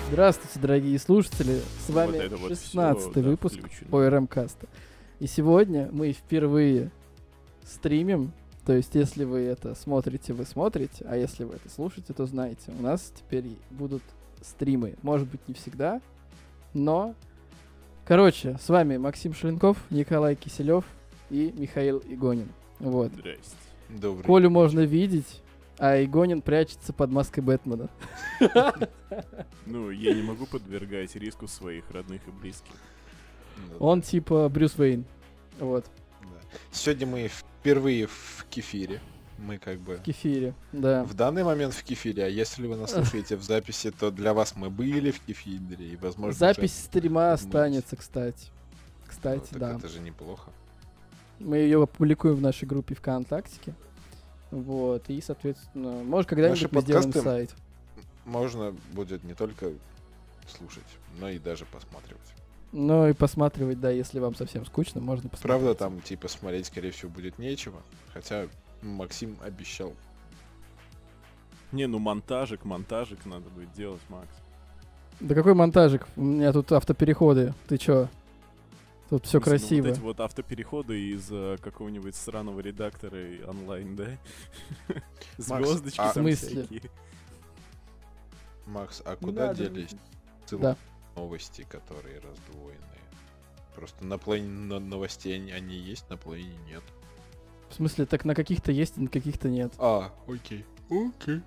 Здравствуйте, дорогие слушатели. С вами это вот 16-й всё, да, выпуск включено. ОРМ-каста. И сегодня мы впервые стримим. То есть, если вы это смотрите, вы смотрите. А если вы это слушаете, то знаете. У нас теперь будут стримы. Может быть, не всегда, но... Короче, с вами Максим Шеленков, Николай Киселев и Михаил Игонин. Вот. Здрасте. Добрый Колю вечер. можно видеть, а Игонин прячется под маской Бэтмена. Ну, я не могу подвергать риску своих родных и близких. Ну Он типа Брюс Уэйн. Вот. да. Сегодня мы впервые в кефире. Мы как бы В кефире, да. в данный момент в кефире, а если вы нас слушаете в записи, то для вас мы были в кефире, и, возможно, Запись стрима отмылись. останется, кстати. Ну, Кстати, так да. это же неплохо. Мы ее опубликуем в нашей группе ВКонтакте. Вот. И, соответственно, может, когда-нибудь Наши мы сделаем подкасты сайт. Можно будет не только слушать, но и даже посматривать. Ну и посматривать, да, если вам совсем скучно, можно посмотреть. Правда, там типа смотреть, скорее всего, будет нечего. Хотя Максим обещал. Не, ну монтажик надо будет делать, Макс. Да какой монтажик? У меня тут автопереходы. Ты чё? Тут все В смысле, ну, красиво. вот эти вот автопереходы из какого-нибудь сраного редактора и онлайн, да? Звездочки а- В там смысле? всякие. Макс, а Не куда надо. делись ссылки Да. на новости, которые раздвоенные? Просто на плане новостей они есть, на плане нет. В смысле, так на каких-то есть, на каких-то нет. Окей. Окей.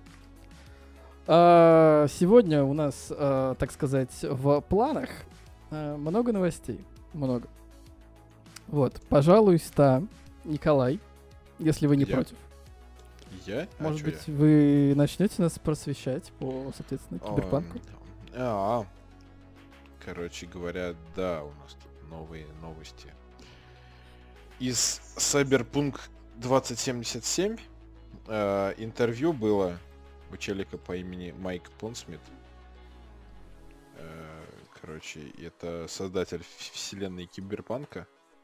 Сегодня у нас, так сказать, в планах много новостей. Много. Вот, пожалуйста, Николай, если вы не Я? против. Я? Может чё быть, вы начнете нас просвещать по, соответственно, я? киберпанку? Короче говоря, да, у нас тут новые новости. Из Cyberpunk 2077 интервью было у челика по имени Майк Понсмит. Короче, это создатель вселенной Киберпанка.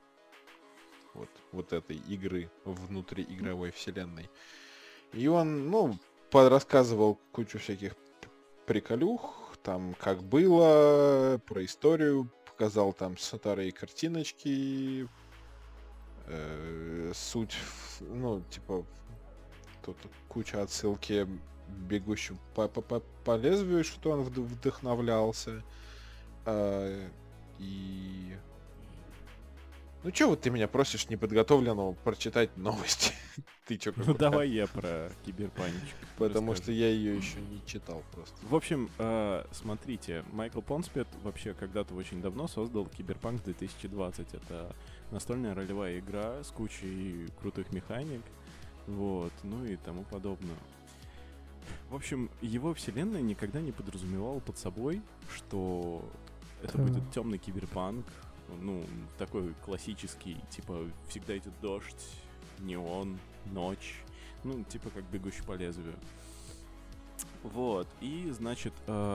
Вот этой игры внутриигровой вселенной. И он, подрассказывал кучу всяких приколюх, там, как было, про историю, показал там старые картиночки, суть, тут куча отсылки бегущим по лезвию, что он вдохновлялся. И... Ну чё вот ты меня просишь неподготовленного прочитать новости? Ты чё, Ну давай я про киберпанчик. Потому что расскажу. я ее еще не читал просто. В общем, смотрите, Майкл Понспет вообще когда-то очень давно создал Киберпанк 2020. Это настольная ролевая игра с кучей крутых механик, вот, ну и тому подобное. В общем, его вселенная никогда не подразумевала под собой, что это будет темный киберпанк, ну, такой классический, типа, всегда идет дождь, неон, ночь, ну, типа, как бегущий по лезвию. Вот, и, значит,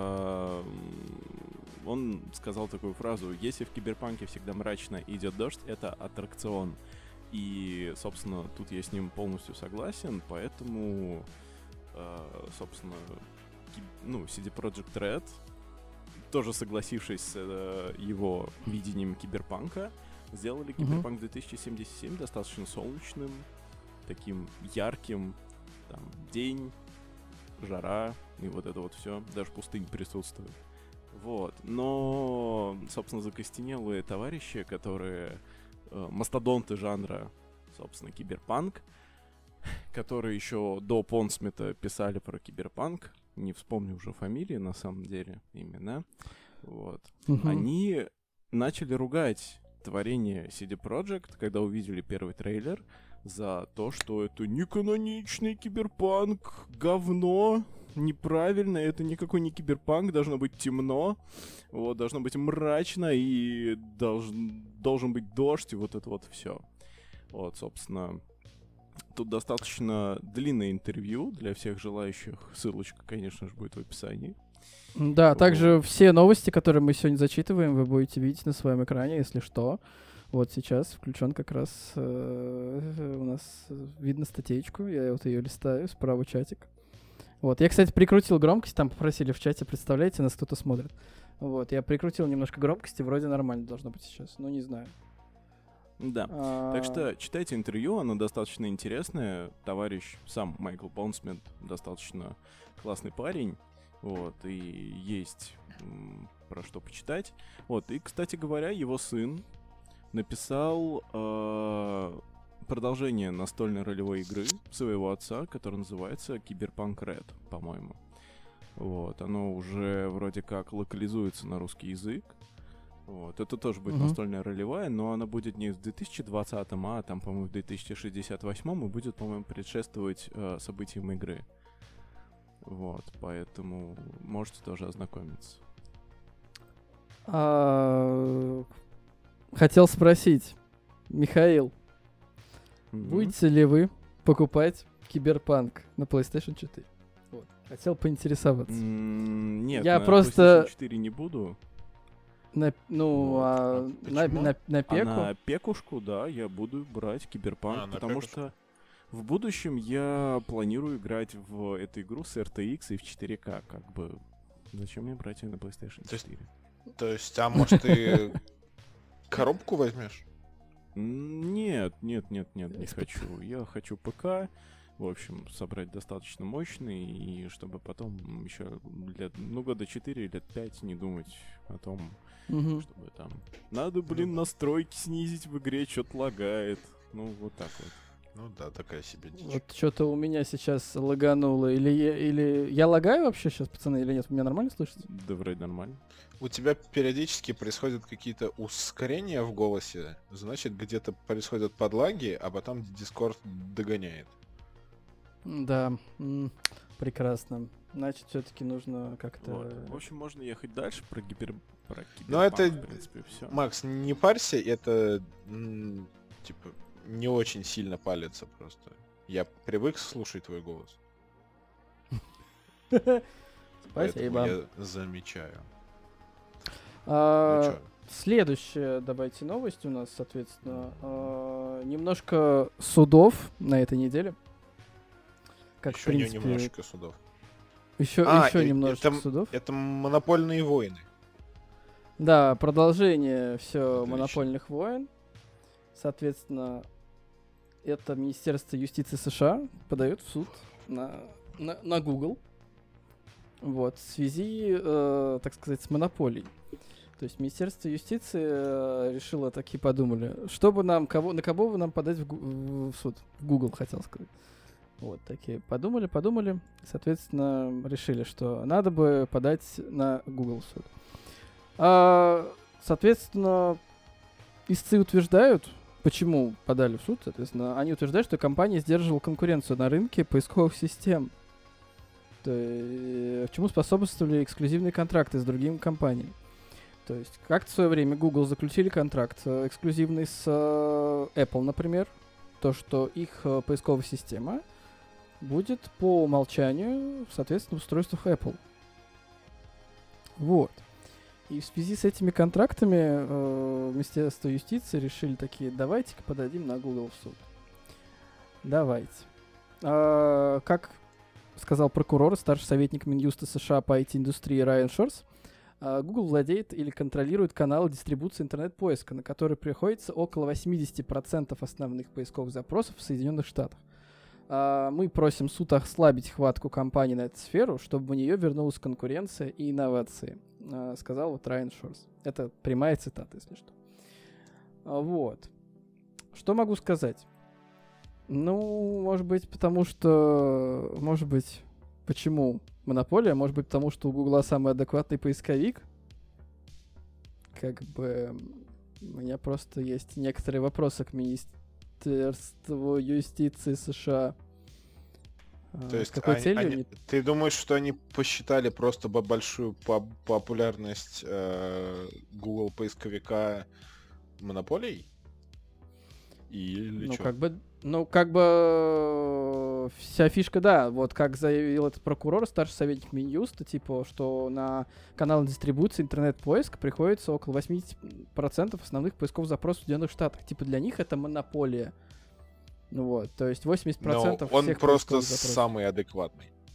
он сказал такую фразу: если в киберпанке всегда мрачно и идет дождь, это аттракцион. И, собственно, тут я с ним полностью согласен, поэтому, собственно, CD Projekt Red, тоже согласившись с его видением киберпанка, сделали Киберпанк 2077 достаточно солнечным, таким ярким, там, день, жара и вот это вот все, даже пустынь присутствует. Вот, но, собственно, закостенелые товарищи, которые мастодонты жанра, собственно, киберпанк, которые еще до Понсмита писали про киберпанк, не вспомню уже фамилии, на самом деле, имена, вот, они начали ругать творение CD Projekt, когда увидели первый трейлер, за то, что это неканоничный киберпанк, говно, неправильно, это никакой не киберпанк, должно быть темно, вот, должно быть мрачно, и должен быть дождь, и вот это вот все. Вот, собственно, тут достаточно длинное интервью для всех желающих, ссылочка, конечно же, будет в описании. Да, также все новости, которые мы сегодня зачитываем, вы будете видеть на своем экране, если что. Вот сейчас включен как раз у нас видно статейку, я вот ее листаю, справа чатик. Вот. Я, кстати, прикрутил громкость, там попросили в чате, представляете, нас кто-то смотрит. Вот, я прикрутил немножко громкости, вроде нормально должно быть сейчас, но не знаю. Да. Так что читайте интервью, оно достаточно интересное. Товарищ сам Майкл Понсмит достаточно классный парень. Вот, и есть про что почитать. Вот, и, кстати говоря, его сын написал продолжение настольной ролевой игры своего отца, которая называется Cyberpunk Red, по-моему. Вот, оно уже вроде как локализуется на русский язык. Вот, это тоже будет настольная ролевая, но она будет не в 2020, а там, по-моему, в 2068 и будет, по-моему, предшествовать событиям игры. Вот, поэтому можете тоже ознакомиться. Хотел спросить, Михаил, будете ли вы покупать Киберпанк на PlayStation 4? Вот. Хотел поинтересоваться. Нет, я на просто... PlayStation 4 не буду. На пеку? На пекушку, да, я буду брать Киберпанк, потому что в будущем я планирую играть в эту игру с RTX и в 4К, как бы. Зачем мне брать ее на PlayStation 4? То есть, а может ты коробку возьмешь? Нет, не хочу. Я хочу ПК, в общем, собрать достаточно мощный, и чтобы потом еще лет, года 4, лет 5 не думать о том, чтобы там... Надо, настройки снизить в игре, что-то лагает. Ну, вот так вот. Ну да, такая себе дичь. Вот что-то у меня сейчас лагануло. Или я лагаю вообще сейчас, пацаны, или нет? Вы меня нормально слышите? Да, вроде нормально. У тебя периодически происходят какие-то ускорения в голосе, значит, где-то происходят подлаги, а потом Discord догоняет. Да, прекрасно. Значит, все-таки нужно как-то... Вот. В общем, можно ехать дальше про Киберпанк, но это, в принципе, все. Макс, не парься, это, типа, не очень сильно палится просто. Я привык слушать твой голос. Спасибо. Я замечаю. Следующая, давайте, новость у нас, соответственно. Немножко судов на этой неделе. Как, еще в принципе, немножечко судов. Еще немножечко судов. Это монопольные войны. Да, продолжение все Отлично. монопольных войн. Соответственно, это Министерство юстиции США подает в суд на Google. Вот, в связи, так сказать, с монополией. То есть Министерство юстиции решило, такие подумали, чтобы на кого бы нам подать в суд? В Google, хотел сказать. Вот, такие подумали, соответственно, решили, что надо бы подать на Google в суд. Соответственно, истцы утверждают, почему подали в суд, соответственно, они утверждают, что компания сдерживала конкуренцию на рынке поисковых систем, чему способствовали эксклюзивные контракты с другими компаниями. То есть, как-то в свое время Google заключили контракт эксклюзивный с Apple, например, то, что их поисковая система будет по умолчанию, соответственно, в устройствах Apple. Вот. И в связи с этими контрактами Министерство юстиции решили такие, давайте-ка подадим на Google в суд. Давайте. Как сказал прокурор, старший советник Минюста США по IT-индустрии Райан Шорс, Google владеет или контролирует каналы дистрибуции интернет-поиска, на который приходится около 80% основных поисковых запросов в Соединенных Штатах. Мы просим суд ослабить хватку компании на эту сферу, чтобы в нее вернулась конкуренция и инновации, сказал вот Райан Шорс. Это прямая цитата, если что. Вот. Что могу сказать? Ну, может быть, потому что... Может быть, почему монополия? Может быть, потому что у Гугла самый адекватный поисковик? Как бы... У меня просто есть некоторые вопросы к Министерству юстиции США. То есть какой целью ты думаешь, что они посчитали просто большую популярность Google поисковика монополией? Или что? Как бы вся фишка, да, вот как заявил этот прокурор, старший советник Минюста, типа, что на канал дистрибуции интернет-поиск приходится около 80% основных поисковых запросов в Соединенных Штатах. Типа для них это монополия. Ну вот, то есть 80% он всех просто поисковых запросов. самый адекватный.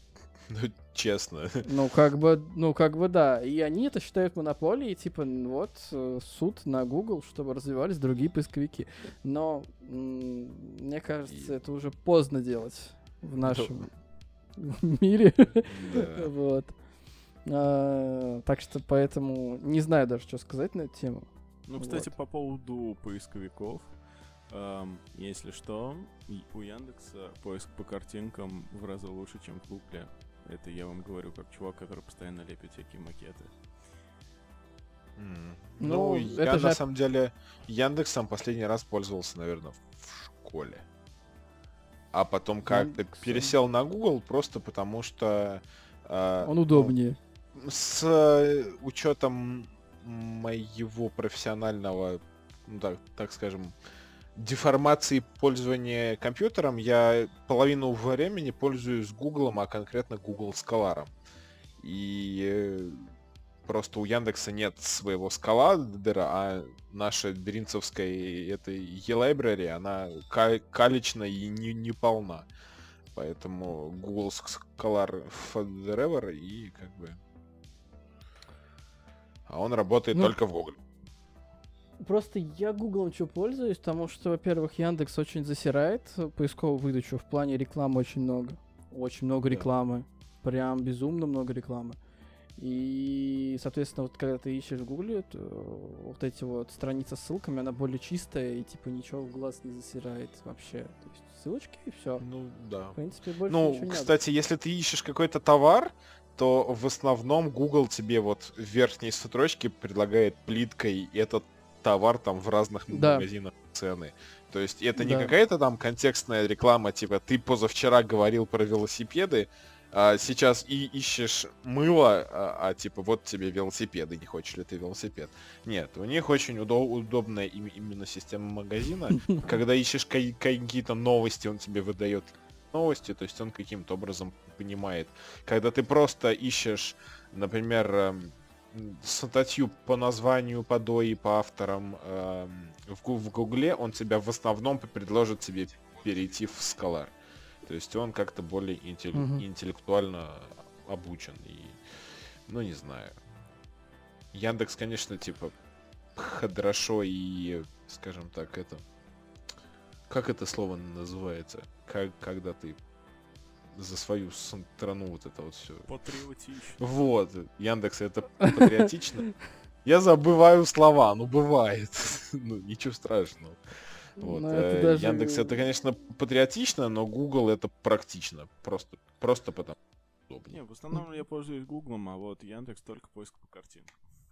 Ну, честно. Ну, как бы, да. И они это считают монополией, типа, вот, суд на Google, чтобы развивались другие поисковики. Но, мне кажется, это уже поздно делать в нашем мире. Да. Вот. Так что поэтому не знаю даже, что сказать на эту тему. Ну, кстати, Вот. по поводу поисковиков, если что, у Яндекса поиск по картинкам в разы лучше, чем в Гугле. Это я вам говорю как чувак, который постоянно лепит всякие макеты. Ну, я это же на самом деле Яндексом последний раз пользовался, наверное, в школе. А потом как-то Яндексом. пересел на Google просто потому что... Он удобнее. С учетом моего профессионального, ну, так скажем, деформации пользования компьютером, я половину времени пользуюсь Гуглом, а конкретно Google Scholar. И просто у Яндекса нет своего скаладера, а наша дринцевская этой e-library, она калечна и не полна. Поэтому Google Scholar forever и как бы... А он работает только в Google. Просто я Гуглом что пользуюсь, потому что, во-первых, Яндекс очень засирает поисковую выдачу, в плане рекламы очень много. Очень много Да. рекламы. Прям безумно много рекламы. И, соответственно, вот когда ты ищешь в Гугле, то вот эти вот страницы с ссылками, она более чистая и типа ничего в глаз не засирает вообще. То есть ссылочки и все. Ну, да. В принципе, больше Ну, ничего не надо. кстати, если ты ищешь какой-то товар, то в основном Google тебе вот в верхней строчке предлагает плиткой этот товар там в разных Да. магазинах цены. То есть это не Да. какая-то там контекстная реклама, типа ты позавчера говорил про велосипеды, а сейчас и ищешь мыло, а типа вот тебе велосипеды, не хочешь ли ты велосипед? Нет, у них очень удобная именно система магазина. Когда ищешь какие-то новости, он тебе выдает новости, то есть он каким-то образом понимает. Когда ты просто ищешь, например, статью по названию, по DOI, по авторам в Гугле, он тебя в основном предложит тебе перейти в Scholar. То есть он как-то более интеллектуально обучен. И, ну, не знаю. Яндекс, конечно, типа, хорошо и, скажем так, это... Как это слово называется? Когда ты за свою страну вот это вот все. Патриотично. Вот, Яндекс это патриотично. Я забываю слова, ну бывает. Ну, ничего страшного. Вот. Ну, это даже- Яндекс это, конечно, патриотично, но Google это практично. Просто потому что удобно. Не, в основном я пользуюсь Гуглом, а вот Яндекс только поиск по картинкам.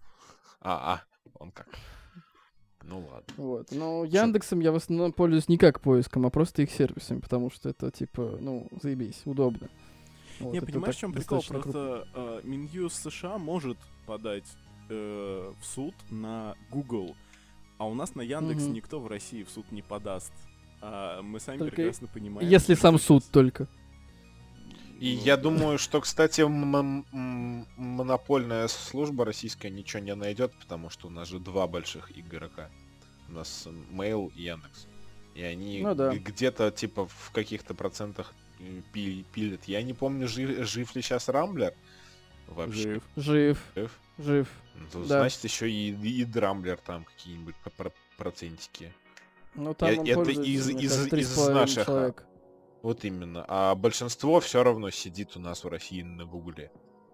Он как. Ну ладно. Вот. Но Яндексом я в основном пользуюсь не как поиском, а просто их сервисами, потому что это типа, ну, заебись, удобно. Вот, Не, это понимаешь, так в чем прикол? достаточно круто. Просто Минюс США может подать в суд на Google, а у нас на Яндекс Мгм. никто в России в суд не подаст. А мы сами Только прекрасно понимаем. Если что сам суд сейчас- только. И Ну, я да. думаю, что, кстати, монопольная служба российская ничего не найдет, потому что у нас же два больших игрока. У нас Mail и Яндекс. И они Ну да. где-то типа в каких-то процентах пилят. Я не помню, жив ли сейчас Рамблер вообще. Жив. Жив. Ну, Да. значит, еще и Драмблер там какие-нибудь процентики. Ну там он это пользуется, из- мне из- кажется, из 3,5 наших, человека. Вот именно. А большинство все равно сидит у нас в России на Гугле.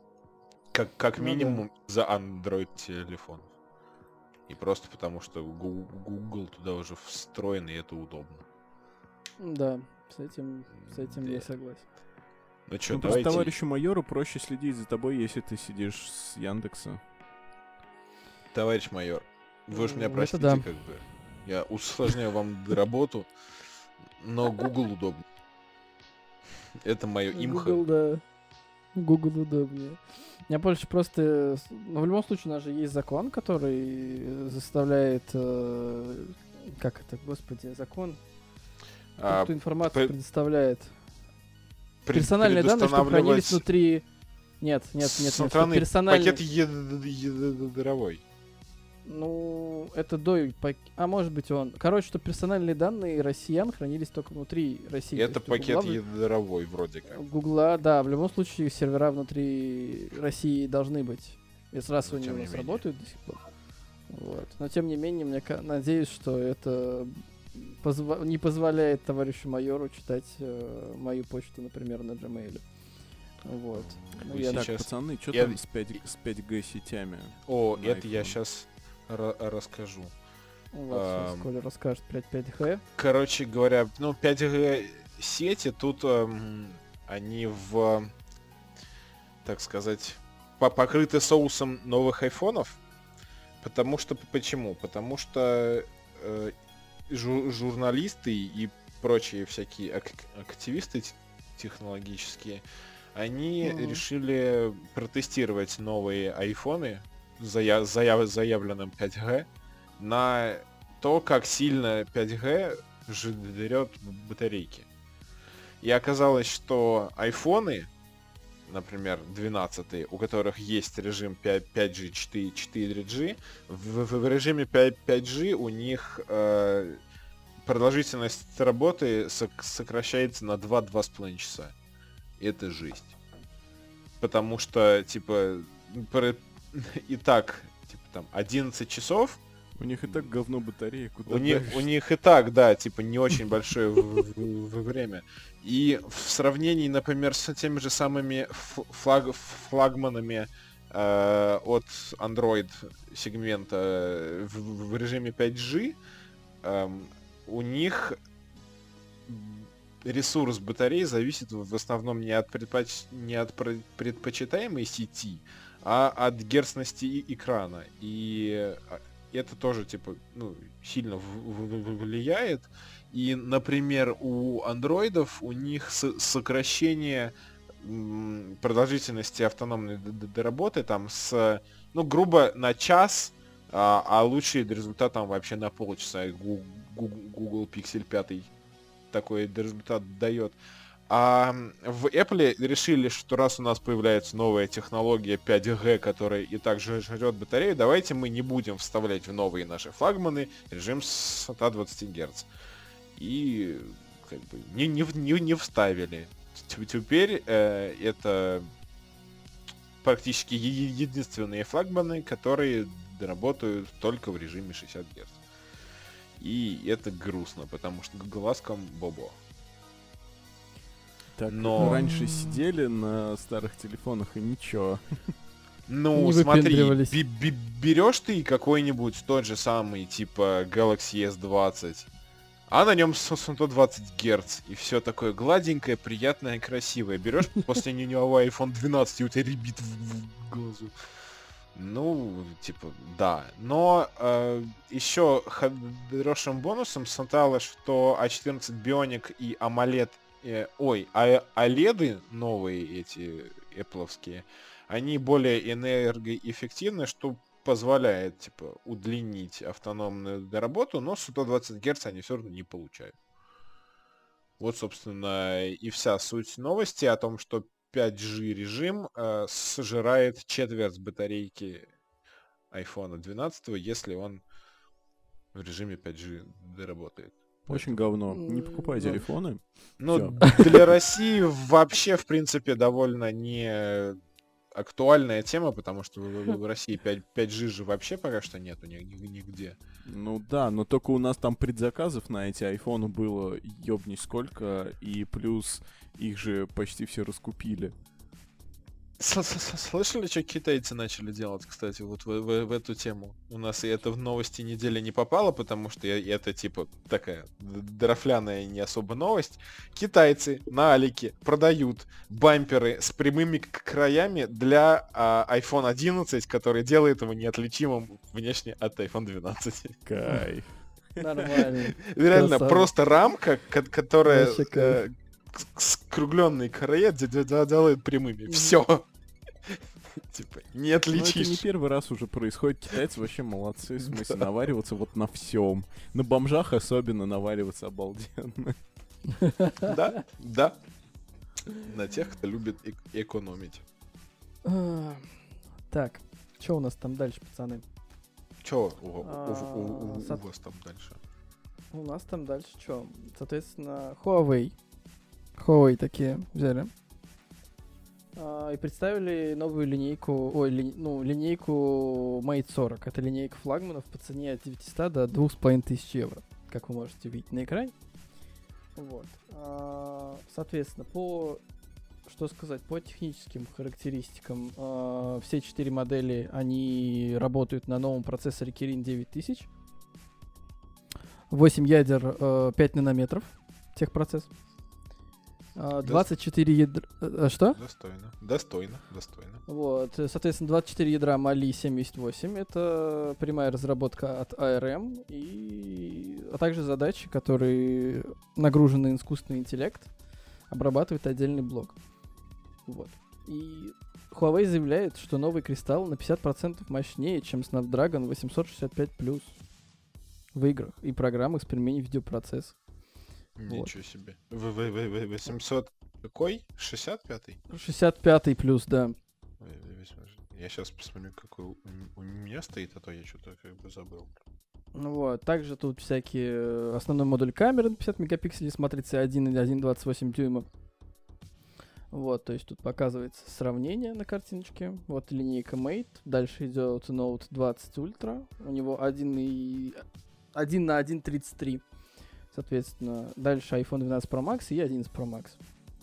Как Ну минимум за Android телефонов. И просто потому, что Google туда уже встроен, и это удобно. Да, с этим я Да. согласен. Ну что, Ну, просто давайте... товарищу майору проще следить за тобой, если ты сидишь с Яндекса. Товарищ майор, вы уж меня Это простите, да. как бы. Я усложняю вам работу, но Google удобно. Это мое имхо. Google, да. Google удобнее. Я больше просто... Ну, в любом случае, у нас же есть закон, который заставляет... как это, господи, закон? А, Эту информацию пре- предоставляет. Персональные данные, чтобы хранились предустанавливать внутри... Нет, чтобы центральный персональные... пакет ядровой. Ну, это А может быть он... Короче, что персональные данные россиян хранились только внутри России. Это пакет ядровой вроде как. Гугла, да, в любом случае сервера внутри России должны быть. Если раз они у нас работают до сих пор. Вот. Но тем не менее, надеюсь, что это не позволяет товарищу майору читать мою почту, например, на Gmail. Вот. Ну, так, сейчас... пацаны, что там с 5G сетями? Это я сейчас расскажу. Вот, сейчас Коля расскажет про 5G. Короче говоря, 5G сети тут они так сказать, покрыты соусом новых айфонов. Почему? Потому что журналисты и прочие всякие активисты технологические, они решили протестировать новые айфоны с заявленным 5G на то, как сильно 5G жрет батарейки. И оказалось, что айфоны, например, 12, у которых есть режим 5G, 4G, в режиме 5G у них продолжительность работы сокращается на 2-2,5 часа. Это жесть. Потому что, и так, там, 11 часов... У них и так говно батареи. У них и так, да, не очень большое время. И в сравнении, например, с теми же самыми флагманами от Android сегмента в режиме 5G, у них ресурс батареи зависит в основном не от предпочитаемой сети, а от герцности экрана. И это тоже, сильно влияет. И, например, у андроидов у них сокращение продолжительности автономной работы там грубо на час, а лучший результат там вообще на полчаса. Google Pixel 5 такой результат дает. А в Apple решили, что раз у нас появляется новая технология 5G, которая и так же жрет батарею, давайте мы не будем вставлять в новые наши флагманы режим 120 Гц. И не вставили. Теперь это практически единственные флагманы, которые работают только в режиме 60 Гц. И это грустно, потому что глазкам бобо. Так, раньше сидели на старых телефонах и ничего. Ну, смотри, берешь ты какой-нибудь тот же самый, Galaxy S20, а на нем 120 Гц, и все такое гладенькое, приятное, красивое. Берешь после него iPhone 12, и у тебя рябит в глазу. Ну, да. Но еще хорошим бонусом стало, что A14 Bionic и AMOLED, OLED новые эти Apple'овские, они более энергоэффективны, что позволяет, удлинить автономную работу, но 120 Гц они все равно не получают. Вот, собственно, и вся суть новости о том, что 5G режим сожирает четверть батарейки iPhone 12, если он в режиме 5G доработает. Очень говно. Не покупайте айфоны. Ну, для России вообще, в принципе, довольно не актуальная тема, потому что в России 5G же вообще пока что нету нигде. Ну да, но только у нас там предзаказов на эти айфоны было ёбни сколько, и плюс их же почти все раскупили. Слышали, что китайцы начали делать, кстати, вот в эту тему? У нас и это в новости недели не попало, потому что это такая дрофляная не особо новость. Китайцы на Алике продают бамперы с прямыми краями для iPhone 11, который делает его неотличимым внешне от iPhone 12. Кайф. Нормально. Реально, просто рамка, которая скругленные края делает прямыми. Все. Не отличишь. Ну, это не первый раз уже происходит. Китайцы вообще молодцы. В смысле, навариваться вот на всем. На бомжах особенно навариваться обалденно. Да, да. На тех, кто любит экономить. Так, что у нас там дальше, пацаны? Чё у Сот- вас там дальше? У нас там дальше что? Соответственно, Huawei такие взяли. И представили новую линейку, линейку Mate 40. Это линейка флагманов по цене от 900 до 2500 евро, как вы можете видеть на экране. Вот. Соответственно, по техническим характеристикам, все 4 модели, они работают на новом процессоре Kirin 9000. 8 ядер, 5 нанометров техпроцесс. 24 ядра... Что? Достойно. Вот, соответственно, 24 ядра Mali 78. Это прямая разработка от ARM. А также задачи, которые нагружены на искусственный интеллект, обрабатывает отдельный блок. Вот. И Huawei заявляет, что новый кристалл на 50% мощнее, чем Snapdragon 865+. В играх и программах с применением видеопроцессора. Ничего себе. 800 какой? 65-й? 65-й плюс, да. Я сейчас посмотрю, какой у меня стоит, а то я что-то как бы забыл. Ну вот, также тут всякие основной модуль камеры на 50 мегапикселей с матрицей 1 и 1,28 дюйма. Вот, то есть тут показывается сравнение на картиночке. Вот линейка Mate. Дальше идет Note 20 Ultra. У него 1 на 1,33. Соответственно, дальше iPhone 12 Pro Max и 11 Pro Max.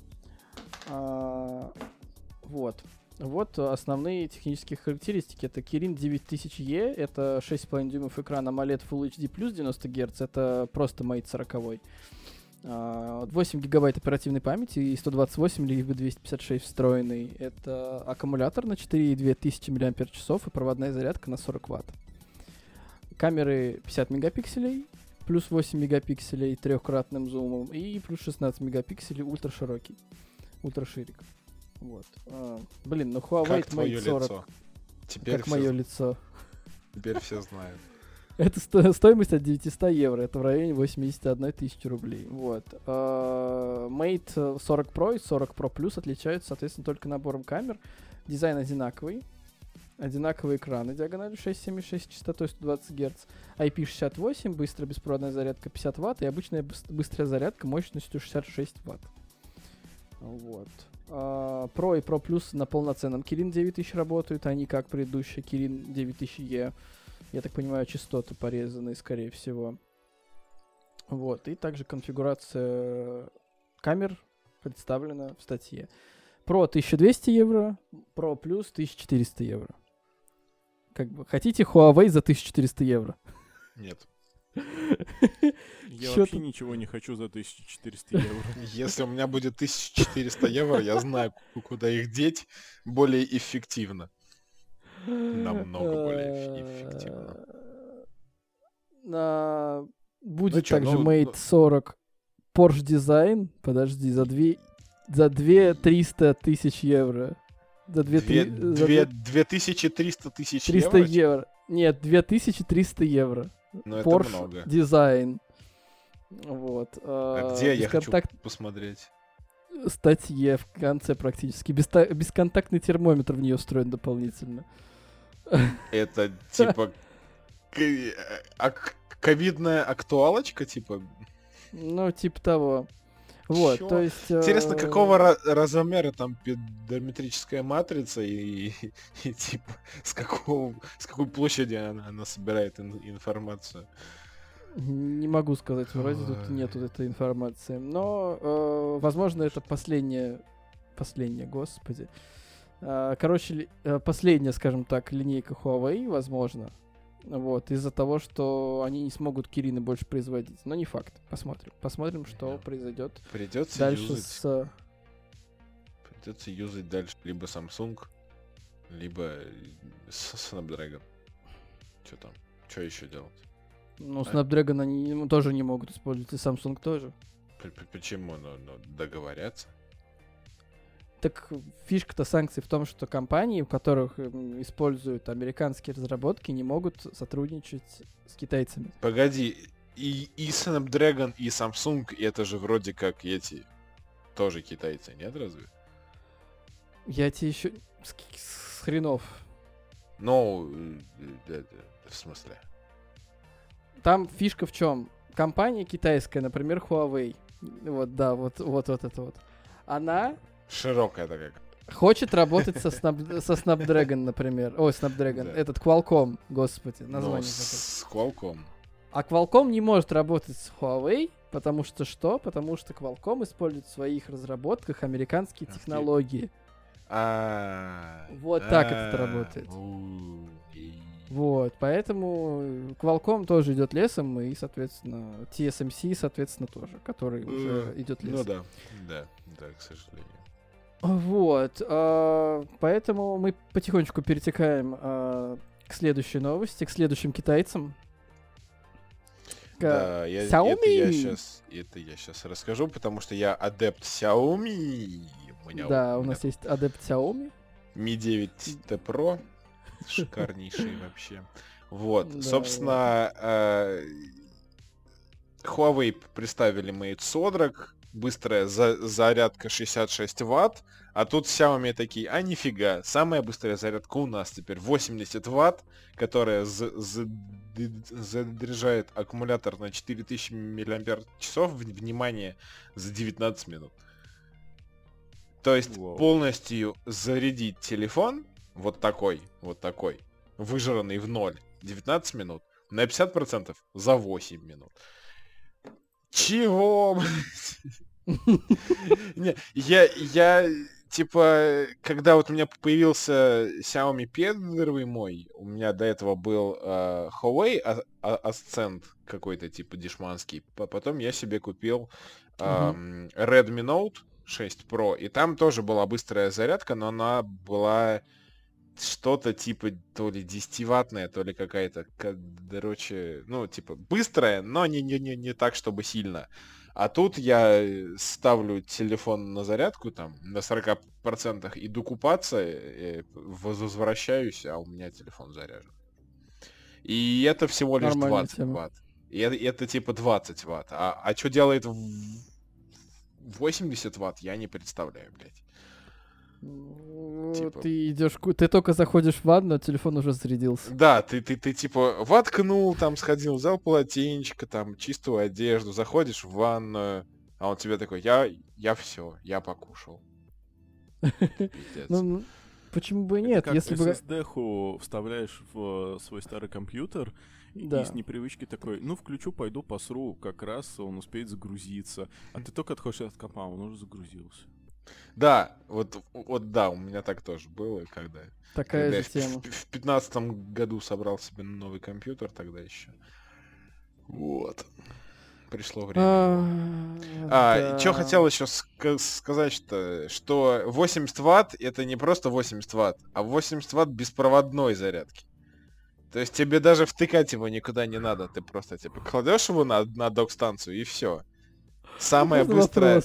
Вот основные технические характеристики. Это Kirin 9000E, это 6,5 дюймов экран AMOLED Full HD плюс 90 Гц, это просто Mate 40. 8 гигабайт оперативной памяти и 128 либо 256 встроенный. Это аккумулятор на 4,2 мАч и проводная зарядка на 40 Вт. Камеры 50 мегапикселей, плюс 8 мегапикселей трехкратным зумом и плюс 16 мегапикселей ультраширик. Вот. Huawei как твое Mate 40. лицо? Теперь Как мое лицо. Теперь все знают. Это стоимость от 900 евро. Это в районе 81 тысячи рублей. Вот. Mate 40 Pro и 40 Pro Plus отличаются, соответственно, только набором камер. Дизайн одинаковый. Одинаковые экраны диагональю 6,76, частотой 120 Гц. IP68, быстрая беспроводная зарядка 50 Вт и обычная быстрая зарядка мощностью 66 Вт. Вот. Pro и Pro Plus на полноценном Kirin 9000 работают, они как предыдущий Kirin 9000E. Я так понимаю, частоты порезаны, скорее всего. Вот. И также конфигурация камер представлена в статье. Pro 1200 евро, Pro Plus 1400 евро. Как бы, хотите Huawei за 1400 евро? Нет. Я вообще ничего не хочу за 1400 евро. Если у меня будет 1400 евро, я знаю, куда их деть более эффективно. Намного более эффективно. Будет также Mate 40 Porsche Design. Подожди, за 2-300 тысяч евро. За 2300 тысяч евро? 300 евро. Нет, 2300 евро. Но Porsche это много. Design. Вот. А где я хочу посмотреть? Статье в конце практически. Бесконтактный термометр в нее встроен дополнительно. Это типа ковидная актуалочка, типа? Ну, типа того. Вот, то есть... Интересно, какого размера там педометрическая матрица и типа с какой площади она собирает информацию? Не могу сказать, вроде тут нету этой информации. Но, возможно, это последняя, господи. Короче, последняя, скажем так, линейка Huawei, возможно. Вот, из-за того, что они не смогут Кирины больше производить. Но не факт. Посмотрим, что произойдет дальше Придется юзать дальше либо Samsung, либо Snapdragon. Что там? Что еще делать? Ну, Snapdragon они тоже не могут использовать, и Samsung тоже. Почему? Договорятся? Так фишка-то санкций в том, что компании, у которых используют американские разработки, не могут сотрудничать с китайцами. Погоди, и Snapdragon, и Samsung, это же вроде как эти тоже китайцы, нет разве? Я тебе еще с хренов Ну, в смысле? Там фишка в чем? Компания китайская, например, Huawei. Вот, да, вот это вот. Она Широкая такая. хочет работать со Snapdragon, например. Ой, Snapdragon. Да. Этот Qualcomm, господи, Ну, название забыл. с Qualcomm. А Qualcomm не может работать с Huawei, потому что что? Потому что Qualcomm использует в своих разработках американские технологии. Вот так это работает. Вот, поэтому Qualcomm тоже идет лесом, и, соответственно, TSMC, соответственно, тоже, который уже идет лесом. Ну да, к сожалению. Вот, поэтому мы потихонечку перетекаем к следующей новости, к следующим китайцам. Да, Xiaomi. Это я сейчас расскажу, потому что я адепт Xiaomi. У нас есть адепт Xiaomi. Mi 9T Pro. Шикарнейший вообще. Вот, Да, собственно, Huawei представили Mate 40, быстрая зарядка 66 Вт, а тут Xiaomi такие, а нифига, самая быстрая зарядка у нас теперь 80 Вт, которая заряжает аккумулятор на 4000 мАч, внимание, за 19 минут. То есть полностью зарядить телефон вот такой, выжранный в ноль, 19 минут, на 50% за 8 минут. Чего, блядь? Не, я, типа, когда вот у меня появился Xiaomi первый мой, у меня до этого был Huawei Ascend какой-то, типа, дешманский, потом я себе купил Redmi Note 6 Pro, и там тоже была быстрая зарядка, но она была что-то типа то ли 10-ваттная, то ли какая-то, короче, ну, типа, быстрая, но не так, чтобы сильно. А тут я ставлю телефон на зарядку, там, на 40%, иду купаться, возвращаюсь, а у меня телефон заряжен. И это всего лишь Нормальная 20 тема. ватт. И это типа 20 ватт. А что делает 80 ватт, я не представляю, блядь. Типа... Ты идешь, ты только заходишь в ванну, а телефон уже зарядился. Да, ты типа воткнул, там сходил, взял полотенечко, там чистую одежду, заходишь в ванную, а он тебе такой, я все, я покушал. Пиздец. Ну, почему бы и нет? Как Если бы... SSD-ху вставляешь в свой старый компьютер, Да. и с непривычки такой, ну, включу, пойду посру, как раз он успеет загрузиться. А ты только отходишь от компа, он уже загрузился. Да, вот да, у меня так тоже было, когда Такая я же тема. в 15-м году собрал себе новый компьютер тогда еще. Вот. Пришло время. Да. Что хотел еще сказать, что 80 ватт это не просто 80 ватт, а 80 ватт беспроводной зарядки. То есть тебе даже втыкать его никуда не надо, ты просто типа кладешь его на док-станцию и все. Самая быстрая.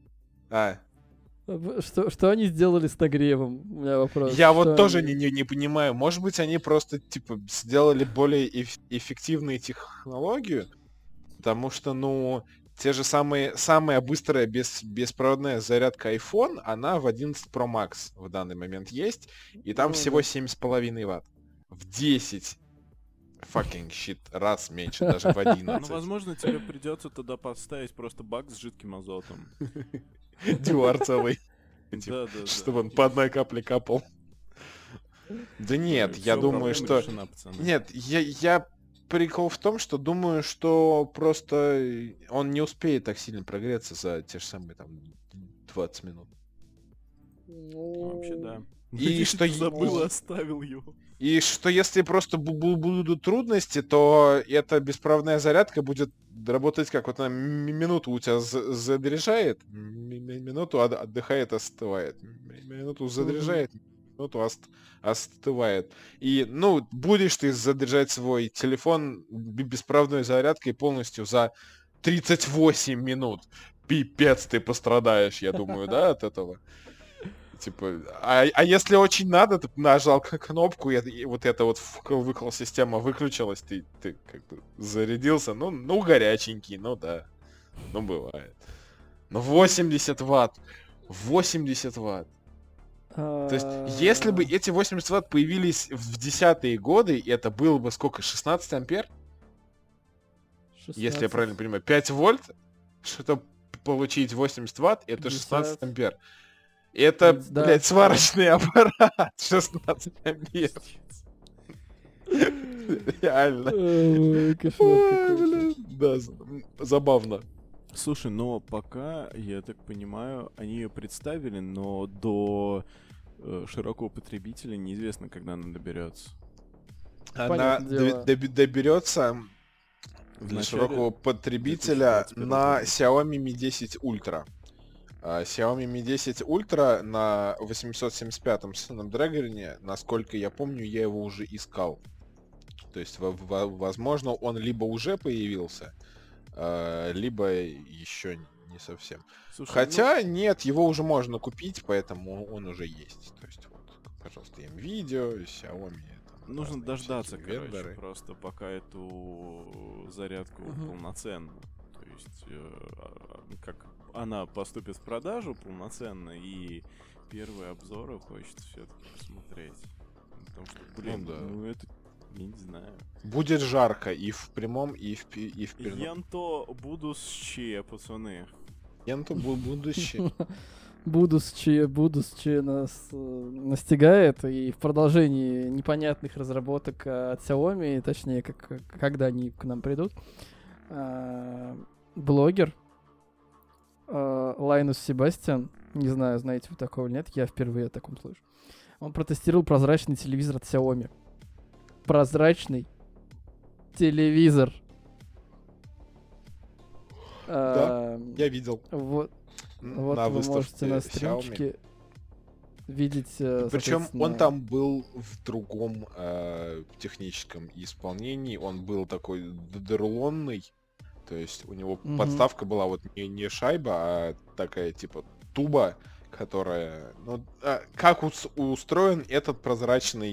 Что они сделали с нагревом? У меня вопрос. Я вот тоже не понимаю. Может быть, они просто типа сделали более эффективную технологию, потому что, ну, те же самая быстрая беспроводная зарядка iPhone, она в 11 Pro Max в данный момент есть, и там всего 7,5 ватт. В 10 fucking shit раз меньше, даже в 11. Ну, возможно, тебе придется тогда подставить просто бак с жидким азотом. Дюар целый. Да. Чтобы он по одной капле капал. Да нет, я думаю, что... Нет, я... Прикол в том, что думаю, что просто он не успеет так сильно прогреться за те же самые там 20 минут. Вообще, да. И что... Забыл, оставил его. И что если просто будут трудности, то эта беспроводная зарядка будет работать как? Вот она минуту у тебя заряжает, минуту отдыхает, остывает. Минуту заряжает, минуту остывает. И, ну, будешь ты заряжать свой телефон беспроводной зарядкой полностью за 38 минут. Пипец, ты пострадаешь, я думаю, да, от этого? Типа, а если очень надо, ты нажал кнопку, и вот эта вот выкл-система выключилась, ты как бы зарядился, ну горяченький, ну да, ну бывает. Но 80 ватт, 80 ватт. То есть, если бы эти 80 Вт появились в 10-е годы, это было бы сколько? 16 ампер? 16, Если я правильно понимаю. 5 вольт, чтобы получить 80 Вт, это 50, 16 ампер. Это, 30, да, блядь, сварочный аппарат. 16 ампер. Реально. Ой, кошмар Ой, какой-то. блин. Да, забавно. Слушай, но пока, я так понимаю, они ее представили, но до широкого потребителя неизвестно, когда она доберется. Она Понятное дело. доберется В для начале широкого потребителя 2021 на года. Xiaomi Mi 10 Ultra. Xiaomi Mi 10 Ultra на 875-м Snapdragon, насколько я помню, я его уже искал. То есть, возможно, он либо уже появился, либо еще не совсем. Слушай, Хотя, нет, его уже можно купить, поэтому он уже есть. То есть, вот, пожалуйста, Nvidia, Xiaomi. Там нужно разные дождаться, всякие короче, вендоры. просто пока эту зарядку полноценную. То есть, как она поступит в продажу полноценно, и первые обзоры хочется все-таки посмотреть. Потому что, блин, да. ну это, я не знаю. Будет жарко и в прямом, и в переносном. Янто будущее, пацаны. Янто будущее. Будущее нас настигает, и в продолжении непонятных разработок от Xiaomi, точнее, когда они к нам придут, блогер Лайнус Себастьян, не знаю, знаете вы такого или нет, я впервые о таком слышу. Он протестировал прозрачный телевизор от Xiaomi. Прозрачный телевизор. Да, я видел. Вот На вы можете выставке на Xiaomi. стримчике видеть, Причем он соответственно, там был в другом техническом исполнении. Он был такой дерлонный. То есть у него Мгм. подставка была вот не шайба, а такая типа туба, которая... Ну, как устроен этот прозрачный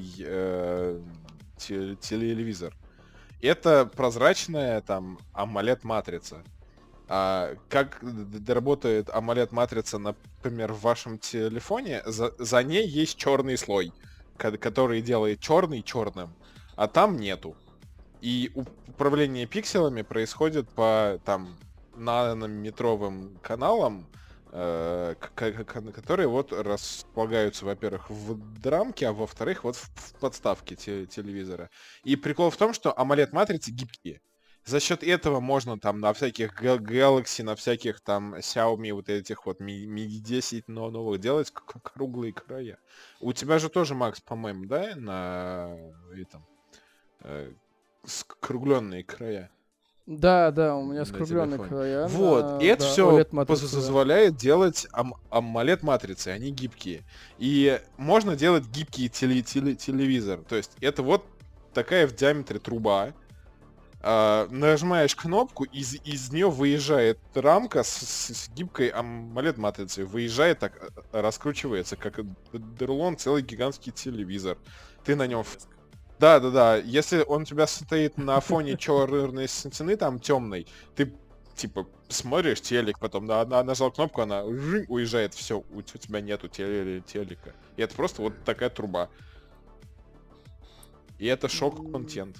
телевизор? Это прозрачная там AMOLED-матрица. А как работает AMOLED-матрица, например, в вашем телефоне, за ней есть черный слой, который делает черный черным, а там нету. И управление пикселями происходит по там нанометровым каналам, которые вот располагаются, во-первых, в рамке, а во-вторых, вот в подставке телевизора. И прикол в том, что AMOLED-матрицы гибкие. За счет этого можно там на всяких Galaxy, на всяких там Xiaomi, вот этих вот Mi 10 новых делать круглые края. У тебя же тоже, Макс, по-моему, да, на этом скругленные края. Да, у меня на скругленные телефоне. края. Вот, и это да, все OLED-матрица, да. позволяет делать AMOLED-матрицы, они гибкие. И можно делать гибкий телевизор. То есть это вот такая в диаметре труба. Нажимаешь кнопку, из нее выезжает рамка с гибкой AMOLED-матрицей. Выезжает так, раскручивается, как дерлон, целый гигантский телевизор. Ты на нем... Да. Если он у тебя стоит на фоне черной стены, там темной, ты типа смотришь телек, потом нажал кнопку, она уезжает, все, у тебя нету телека. И это просто вот такая труба. И это шок-контент.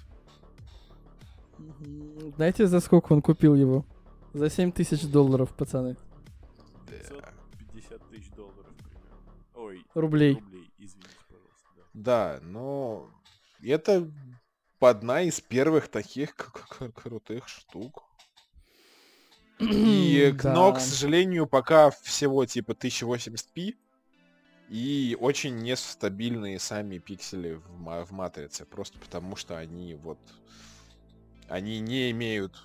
Знаете, за сколько он купил его? За $7000, пацаны. 550 тысяч долларов примерно. Ой, Рублей. Извините, пожалуйста. Да, но это одна из первых таких крутых штук. И но, к сожалению, пока всего типа 1080p и очень нестабильные сами пиксели в матрице, просто потому что они не имеют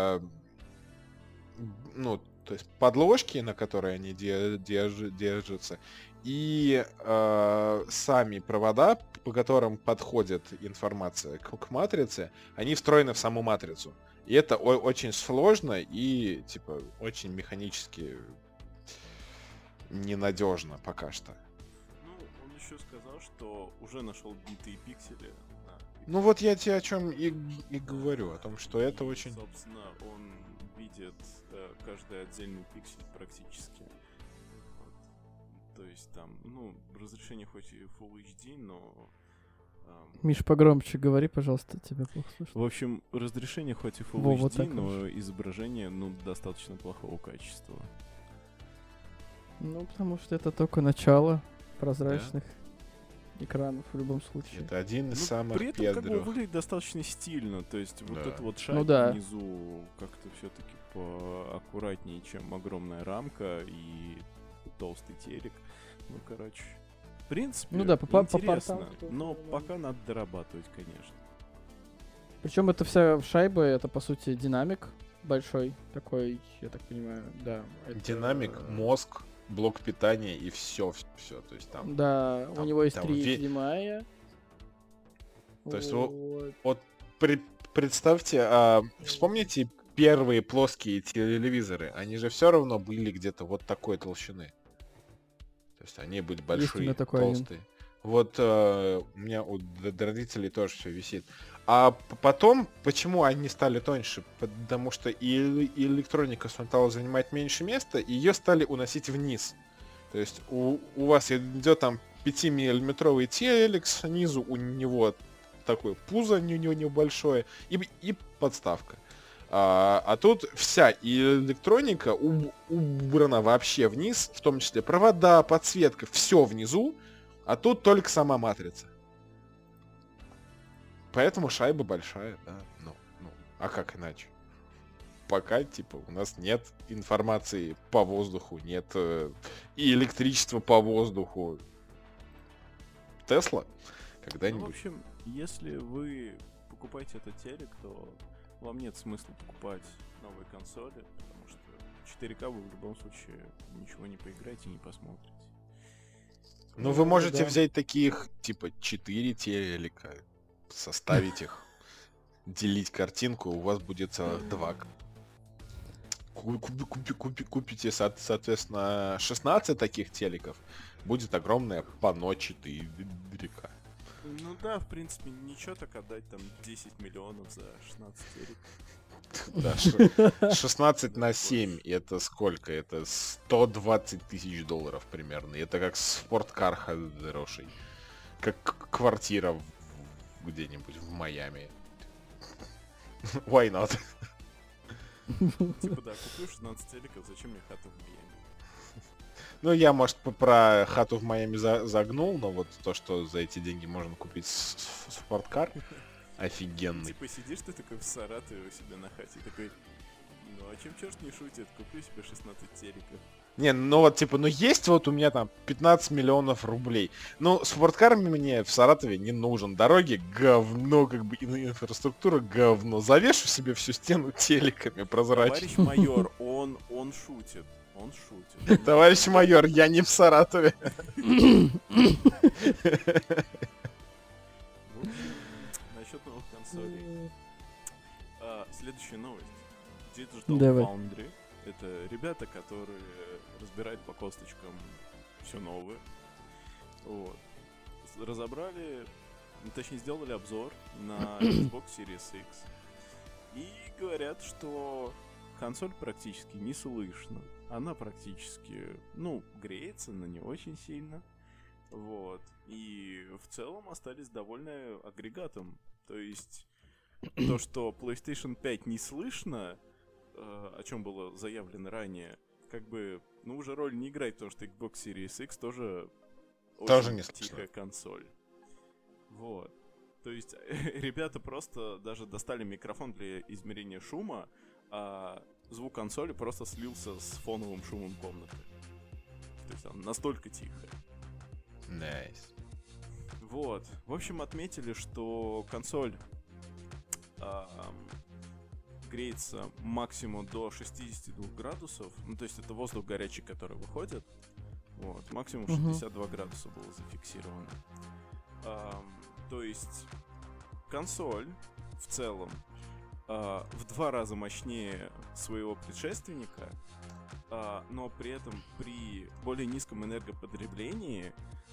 то есть подложки, на которые они держатся, и сами провода, по которым подходит информация к матрице, они встроены в саму матрицу. И это очень сложно и, типа, очень механически ненадежно пока что. Ну, он еще сказал, что уже нашел битые пиксели. Ну вот я тебе о чем и говорю, о том, что это очень... Собственно, он видит каждый отдельный пиксель практически. То есть там, ну, разрешение хоть и Full HD, но... Миш, погромче говори, пожалуйста, тебя плохо слышно. В общем, разрешение хоть и Full Во, HD, вот так но лучше. изображение, ну, достаточно плохого качества. Ну, потому что это только начало прозрачных экранов в любом случае. Это один из самых при этом как бы педрых. выглядит достаточно стильно. То есть вот Да. эта вот шайба да. внизу как-то все-таки поаккуратнее, чем огромная рамка и толстый телек. Ну, короче, в принципе, Ну да, по интересно, портам тоже но нормально. пока надо дорабатывать, конечно. Причем это вся шайба, это по сути динамик большой такой, я так понимаю, да. это- Динамик, мозг, блок питания и все. То есть там. Да, у там- него есть там 3 HDMI. То есть вот. Представьте, вспомните первые плоские телевизоры. Они же все равно были где-то вот такой толщины. То есть они были большие, меня такой один. толстые. Вот у меня у родителей тоже все висит. А потом, почему они стали тоньше? Потому что и электроника стала занимать меньше места, и ее стали уносить вниз. То есть у вас идет там 5-миллиметровый телек, снизу у него такое пузо у него небольшое и подставка. А тут вся электроника убрана вообще вниз, в том числе провода, подсветка, все внизу, а тут только сама матрица. Поэтому шайба большая, да. Ну, а как иначе? Пока, типа, у нас нет информации по воздуху, нет и электричества по воздуху. Тесла Ну, когда-нибудь. в общем, если вы покупаете этот телек, то вам нет смысла покупать новые консоли, потому что 4К вы в любом случае ничего не поиграете, не посмотрите. Ну, вы можете да. взять таких, типа, 4 телека, составить их, делить картинку, у вас будет 2. Купите, соответственно, 16 таких телеков, будет огромное панно 4К. Ну да, в принципе, ничего так отдать там 10 миллионов за 16 телек. Да, 16 на 7, это сколько? Это 120 тысяч долларов примерно. Это как спорткар хороший. Как квартира где-нибудь в Майами. Why not? Типа да, куплю 16 телеков, зачем мне хата в Майами? Ну, я, может, про хату в Майами загнул, но вот то, что за эти деньги можно купить спорткар, офигенный. Типа сидишь ты такой в Саратове у себя на хате, такой, ну а чем черт не шутит, куплю себе 16 телеков. Не, ну вот, типа, ну есть вот у меня там 15 миллионов рублей. Ну, спорткар мне в Саратове не нужен. Дороги говно, как бы, инфраструктура говно. Завешу себе всю стену телеками прозрачными. Товарищ майор, он шутит. Он шутит. Товарищ майор, я не в Саратове. Насчет новых консолей. Следующая новость. Digital Давай. Foundry. Это ребята, которые разбирают по косточкам все новое. Вот. Разобрали, точнее сделали обзор на Xbox Series X. И говорят, что консоль практически не слышно. Она практически, ну, греется, но не очень сильно. Вот. И в целом остались довольны агрегатом. То есть то, что PlayStation 5 не слышно, о чем было заявлено ранее, как бы, ну, уже роль не играет, потому что Xbox Series X тоже Тоже очень не слышно. тихая консоль. Вот. То есть ребята просто даже достали микрофон для измерения шума, а звук консоли просто слился с фоновым шумом комнаты. То есть она настолько тихая. Nice. Вот. В общем, отметили, что консоль греется максимум до 62 градусов. Ну, то есть это воздух горячий, который выходит. Вот. Максимум 62 градуса было зафиксировано. То есть консоль в целом в 2 раза мощнее своего предшественника, но при этом при более низком энергопотреблении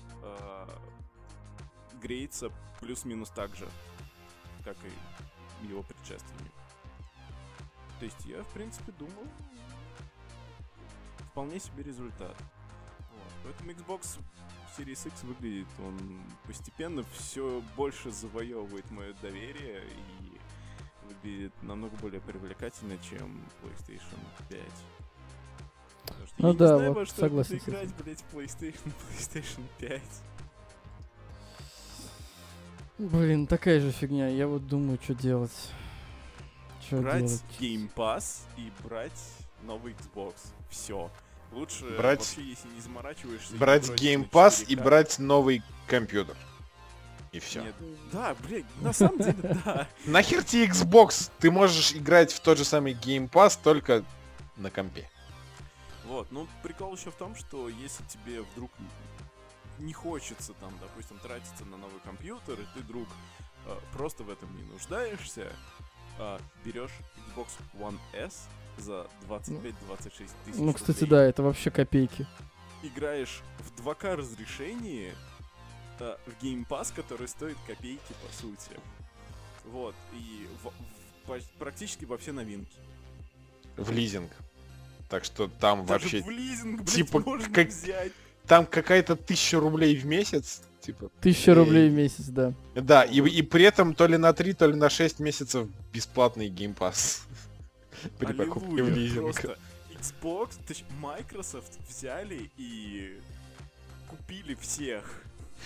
греется плюс-минус так же, как и его предшественник. То есть я, в принципе, думал, вполне себе результат. Вот. Поэтому Xbox Series X выглядит, он постепенно все больше завоевывает мое доверие и выглядит намного более привлекательно, чем PlayStation 5. Потому что Ну я да, не знаю, вот во что согласен я буду с этим. играть, блять, PlayStation 5. Блин, такая же фигня. Я вот думаю, что делать. Что Брать делать? Game Pass и брать новый Xbox. Все. Лучше Брать- вообще, если не заморачиваешься. Брать Game Pass и брать новый компьютер. И все. Нет. Да, блядь, на самом деле, да. Нахер тебе Xbox? Ты можешь играть в тот же самый Game Pass, только на компе. Вот, ну прикол еще в том, что если тебе вдруг не хочется там, допустим, тратиться на новый компьютер, и ты вдруг просто в этом не нуждаешься, берешь Xbox One S за 25-26 тысяч Ну, кстати, рублей, да, это вообще копейки. играешь в 2К разрешении в Game Pass, который стоит копейки, по сути. Вот, и практически во все новинки. В лизинг. Так что там Даже вообще... в лизинг, блядь, типа, можно как- взять. Там какая-то 1000 рублей в месяц. Типа. 1000 рублей в месяц, да. Да, и при этом то ли на 3, то ли на 6 месяцев бесплатный Game Pass. При покупке в Аллилуйя, лизинг. просто Xbox, точнее, Microsoft взяли и купили всех.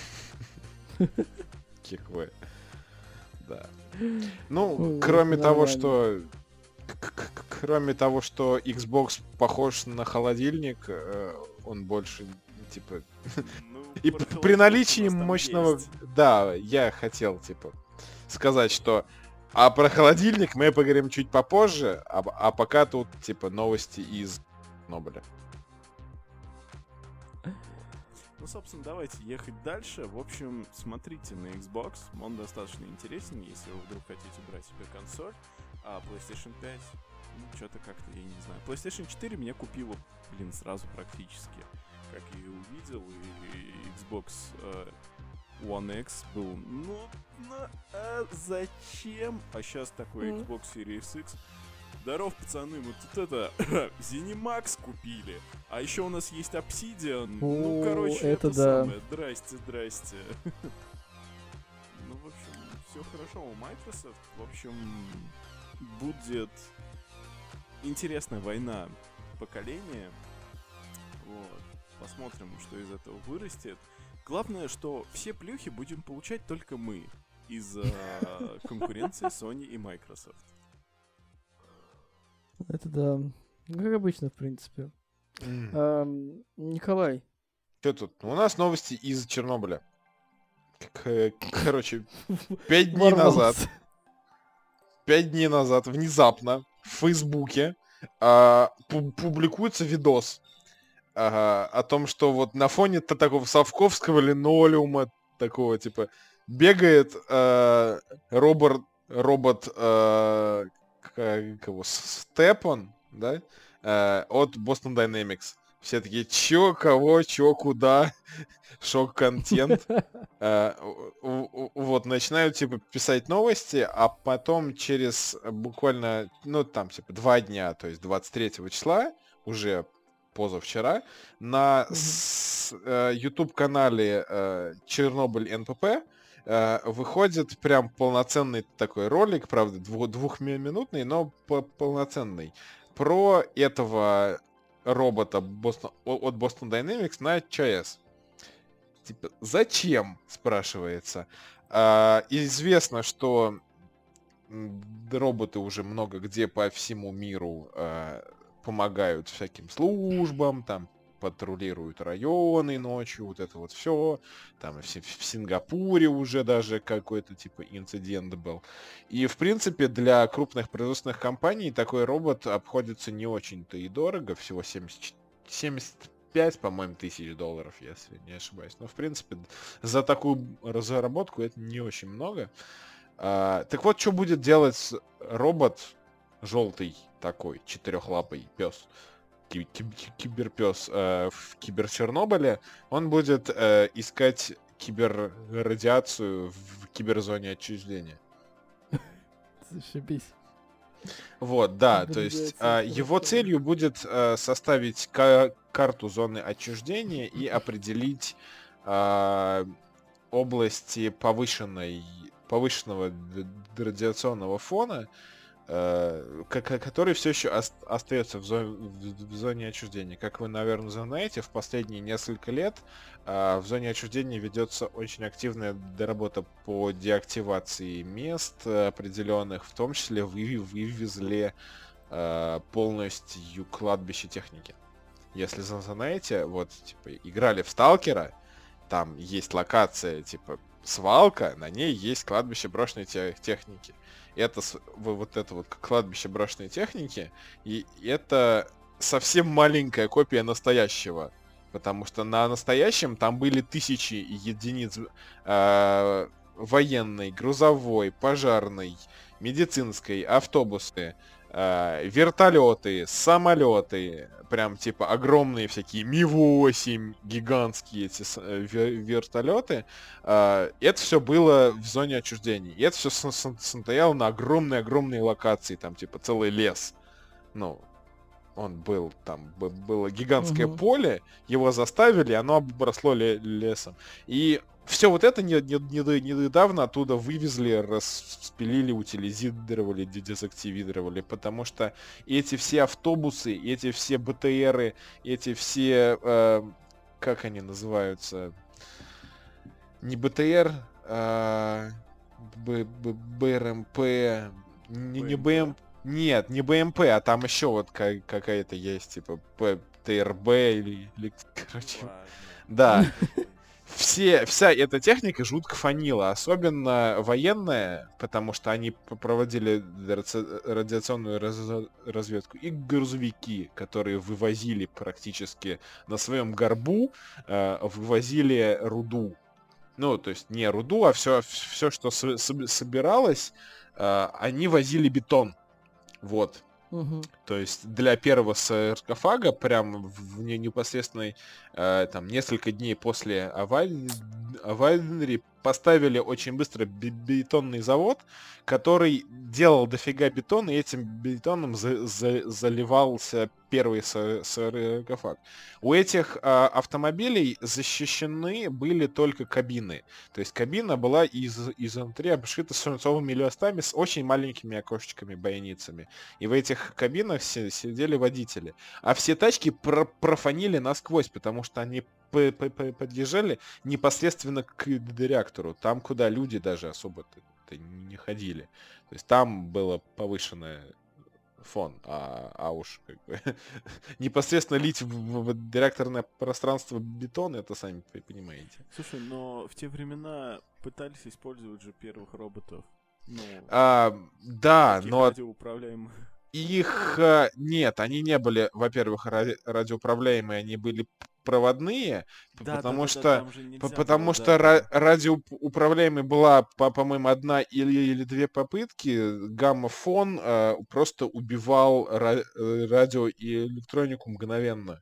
Киквы. Да. Ну, Ну, кроме это того, нормально. что... Кроме того, что Xbox похож на холодильник, он больше, типа... Ну, И про при холодильник наличии у нас там мощного... есть. Да, я хотел, типа, сказать, что... А про холодильник мы поговорим чуть попозже, а пока тут, типа, новости из Нобеля. Ну, собственно, давайте ехать дальше. В общем, смотрите на Xbox. Он достаточно интересен, если вы вдруг хотите брать себе консоль. А PlayStation 5, ну, что-то как-то, я не знаю. PlayStation 4 меня купила, блин, сразу практически. Как я ее увидел, и Xbox One X был, ну, зачем? А сейчас такой Xbox Series X. Здоров, пацаны, мы тут это, ZeniMax купили. А еще у нас есть Obsidian. Ну, О, короче, это это да. самое. Здрасте. Ну, в общем, все хорошо у Microsoft. В общем, будет интересная война поколения. Вот. Посмотрим, что из этого вырастет. Главное, что все плюхи будем получать только мы из-за конкуренции Sony и Microsoft. Это да. Ну, как обычно, в принципе. Николай. Что тут? У нас новости из Чернобыля. Короче, 5 дней ворвался. назад. 5 дней назад внезапно в Фейсбуке публикуется видос о том, что вот на фоне такого совковского линолеума, такого типа, бегает робот кого? Степан, да? От Boston Dynamics. Все такие, чё, кого, чё, куда? Шок-контент. Вот, начинают, типа, писать новости, а потом через буквально, ну, там, типа, 2 дня, то есть 23 числа, уже позавчера, на YouTube-канале Чернобыль НПП выходит прям полноценный такой ролик, правда, двухминутный, но полноценный, про этого робота от Boston Dynamics на ЧАЭС. Типа, зачем, спрашивается. Известно, что роботы уже много где по всему миру помогают всяким службам, там, патрулируют районы ночью, вот это вот все. Там в Сингапуре уже даже какой-то типа инцидент был. И в принципе для крупных производственных компаний такой робот обходится не очень-то и дорого, всего 75, по-моему, тысяч долларов, если не ошибаюсь. Но в принципе за такую разработку это не очень много. Так вот, что будет делать робот желтый такой, четырехлапый пес, киберпес в Киберчернобыле? Он будет искать киберрадиацию в киберзоне отчуждения. Зашибись. Вот, да, то есть Градиация его хорошо. целью будет составить карту зоны отчуждения и определить области повышенного радиационного фона, который все еще остается в зоне отчуждения. Как вы, наверное, знаете, в последние несколько лет в зоне отчуждения ведется очень активная работа по деактивации мест определенных, в том числе вывезли полностью кладбище техники. Если знаете, вот, типа, играли в Сталкера, там есть локация, типа, свалка, на ней есть кладбище брошенной техники. Это вот это вот кладбище брошенной техники, и это совсем маленькая копия настоящего. Потому что на настоящем там были тысячи единиц военной, грузовой, пожарной, медицинской, автобусы, вертолеты, самолеты, прям типа огромные всякие Ми-8, гигантские эти вертолеты. Это все было в зоне отчуждения. И это все стояло на огромной локации, там типа целый лес. Ну, он был, там было гигантское поле, его заставили, оно обросло лесом. И все вот это недавно оттуда вывезли, распилили, утилизировали, дезактивировали, потому что эти все автобусы, эти все БТРы, эти все, как они называются, не БТР, БРМП, не БМП, нет, не БМП, а там еще вот какая-то есть, типа ТРБ или короче, да. Вся эта техника жутко фанила, особенно военная, потому что они проводили радиационную разведку, и грузовики, которые вывозили практически на своем горбу, вывозили руду. Ну, то есть не руду, а все что собиралось, они возили бетон. Вот. То есть для первого саркофага прям в непосредственной там несколько дней после аварии поставили очень быстро бетонный завод, который делал дофига бетона, и этим бетоном заливался первый саркофаг. У этих автомобилей защищены были только кабины. То есть кабина была изнутри обшита свинцовыми листами с очень маленькими окошечками, бойницами. И в этих кабинах сидели водители. А все тачки профанили насквозь, потому что они подъезжали непосредственно к реактору. Там, куда люди даже особо-то не ходили. То есть там было повышенное фон, а уж как бы непосредственно лить в реакторное пространство бетон, это сами понимаете. Слушай, но в те времена пытались использовать же первых роботов. Ну, да, но радиоуправляемых. их нет, они не были, во-первых, радиоуправляемые, они были проводные, потому что радиоуправляемой была, по-моему, одна или две попытки. Гамма-фон просто убивал радио и электронику мгновенно.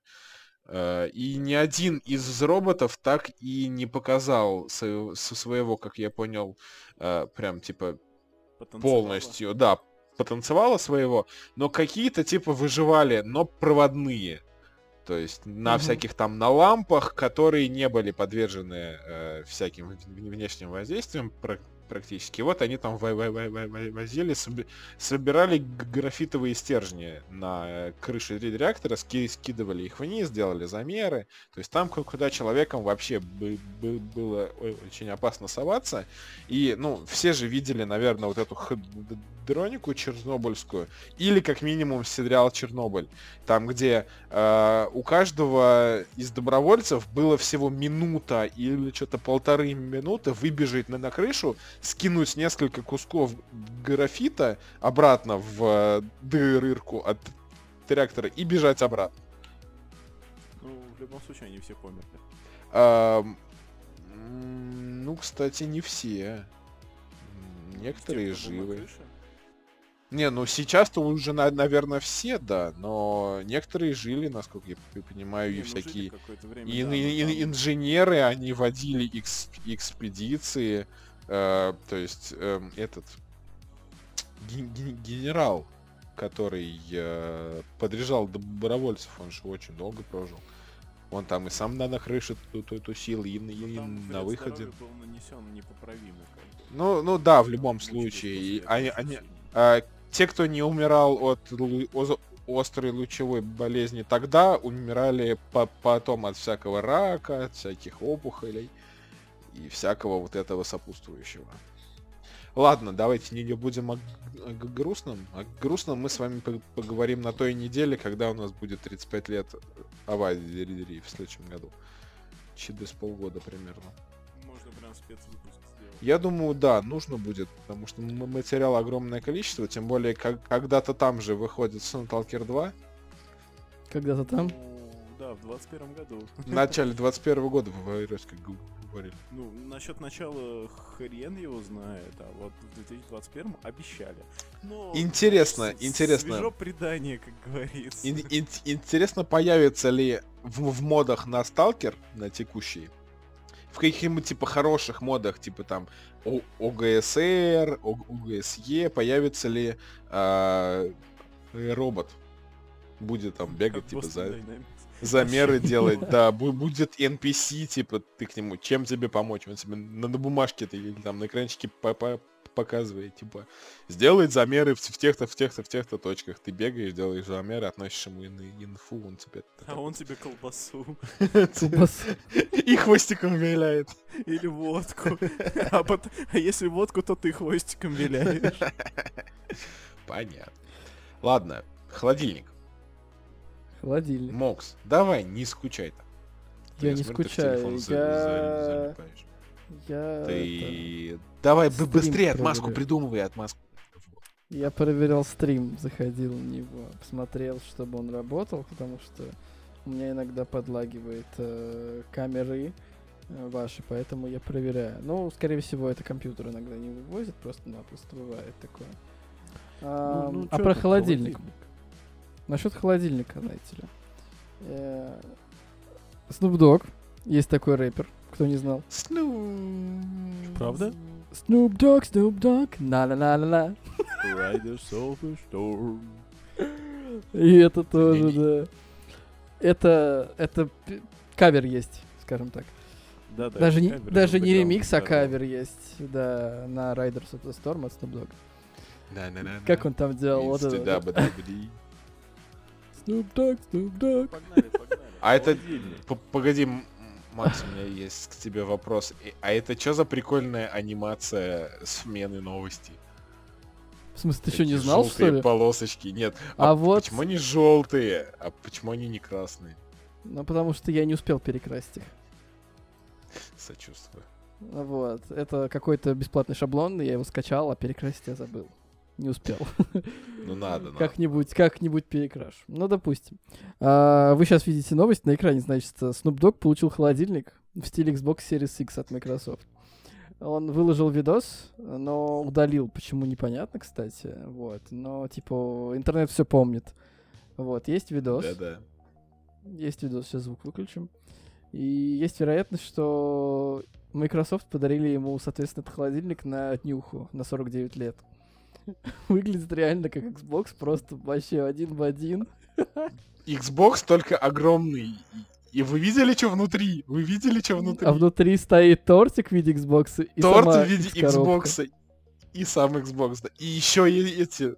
И ни один из роботов так и не показал своего, как я понял, прям типа полностью, да, потанцевало своего, но какие-то типа выживали, но проводные. То есть на всяких там, на лампах, которые не были подвержены всяким внешним воздействиям практически. Вот они там возили, собирали графитовые стержни на крыше реактора, скидывали их вниз, делали замеры. То есть там, куда человеком вообще было очень опасно соваться. И, ну, все же видели, наверное, вот эту дронику чернобыльскую, или как минимум сериал «Чернобыль», там, где у каждого из добровольцев было всего минута или что-то 1,5 минуты выбежать на крышу, скинуть несколько кусков графита обратно в дырку от реактора и бежать обратно. Ну, в любом случае, они все померли. Ну, кстати, не все. Некоторые живы. Не, ну сейчас-то уже, наверное, все, да, но некоторые жили, насколько я понимаю, и всякие инженеры, они водили экспедиции, то есть этот генерал который подряжал добровольцев, он же очень долго прожил. Он там и сам на крыше тусил, и на выходе. Был нанесен непоправимый. Ну да, в любом случае. Те, кто не умирал от острой лучевой болезни тогда, умирали потом от всякого рака, от всяких опухолей и всякого вот этого сопутствующего. Ладно, давайте не будем о грустном. О грустном мы с вами поговорим на той неделе, когда у нас будет 35 лет аварии в следующем году. Через полгода примерно. Можно прям спецвыпуск сделать. Я думаю, да, нужно будет, потому что материала огромное количество, тем более когда-то там же выходит Stalker 2. Когда-то там? Да, в 21 году. В начале 21 года, вы как говорили. Ну, насчет начала хрен его знает, а вот в 2021 обещали. Но Интересно. Свежо предание, как говорится. Интересно, появится ли в модах на Stalker, на текущий, в каких-нибудь типа хороших модах, типа там ОГСР, ОГСЕ, появится ли робот? Будет там бегать, Как типа Boston Dynamics. замеры делать, да, будет NPC, типа, ты к нему, чем тебе помочь, он тебе на бумажке или там на экранчике показывает, типа, сделает замеры в тех-то точках, ты бегаешь, делаешь замеры, относишь ему инфу, он тебе... А он тебе колбасу. И хвостиком виляет. Или водку. А если водку, то ты хвостиком виляешь. Понятно. Ладно, холодильник. Холодильник. Мокс, давай, не скучай там. Я не скучаю, Ты... Давай быстрее отмазку проверяю. придумывай, отмазку. Я проверял стрим, заходил в него, посмотрел, чтобы он работал, потому что у меня иногда подлагивает камеры ваши, поэтому я проверяю. Ну, скорее всего, это компьютер иногда не вывозит, просто-напросто бывает такое. Ну, А чё про там, холодильник? Насчет холодильника, знаете ли. Snoop Dogg, есть такой рэпер, кто не знал. Правда? Snoop Dogg, на-на-на-на-на. Riders of a Storm. И это тоже, да. Это кавер есть, скажем так. Да, Даже не кавер, ремикс, а да. кавер есть, да, на Riders of the Storm от Snoop Dogg. Да. Как он там делал вот это? Snoop Dogg. Погнали. А это... Холодильник. Погоди, Макс, у меня есть к тебе вопрос. А это что за прикольная анимация смены новостей? В смысле, ты что, не Такие знал, что желтые ли? полосочки. Нет. А вот- Почему они желтые? А почему они не красные? Ну, потому что я не успел перекрасить их. Сочувствую. Вот. Это какой-то бесплатный шаблон, я его скачал, а перекрасить я забыл. Не успел. Ну надо. Как-нибудь перекрашу. Ну, допустим. Вы сейчас видите новость на экране, значит, Snoop Dogg получил холодильник в стиле Xbox Series X от Microsoft. Он выложил видос, но удалил, почему непонятно, кстати. Вот. Но, типа, интернет все помнит. Вот, есть видос. Да. Есть видос, сейчас звук выключим. И есть вероятность, что Microsoft подарили ему, соответственно, этот холодильник на днюху, на 49 лет. Выглядит реально как Xbox, просто вообще один в один. Xbox только огромный. И вы видели, что внутри? А внутри стоит тортик в виде Xbox и Торт сама в виде X-коробка. Xbox. И сам Xbox, да. И еще и эти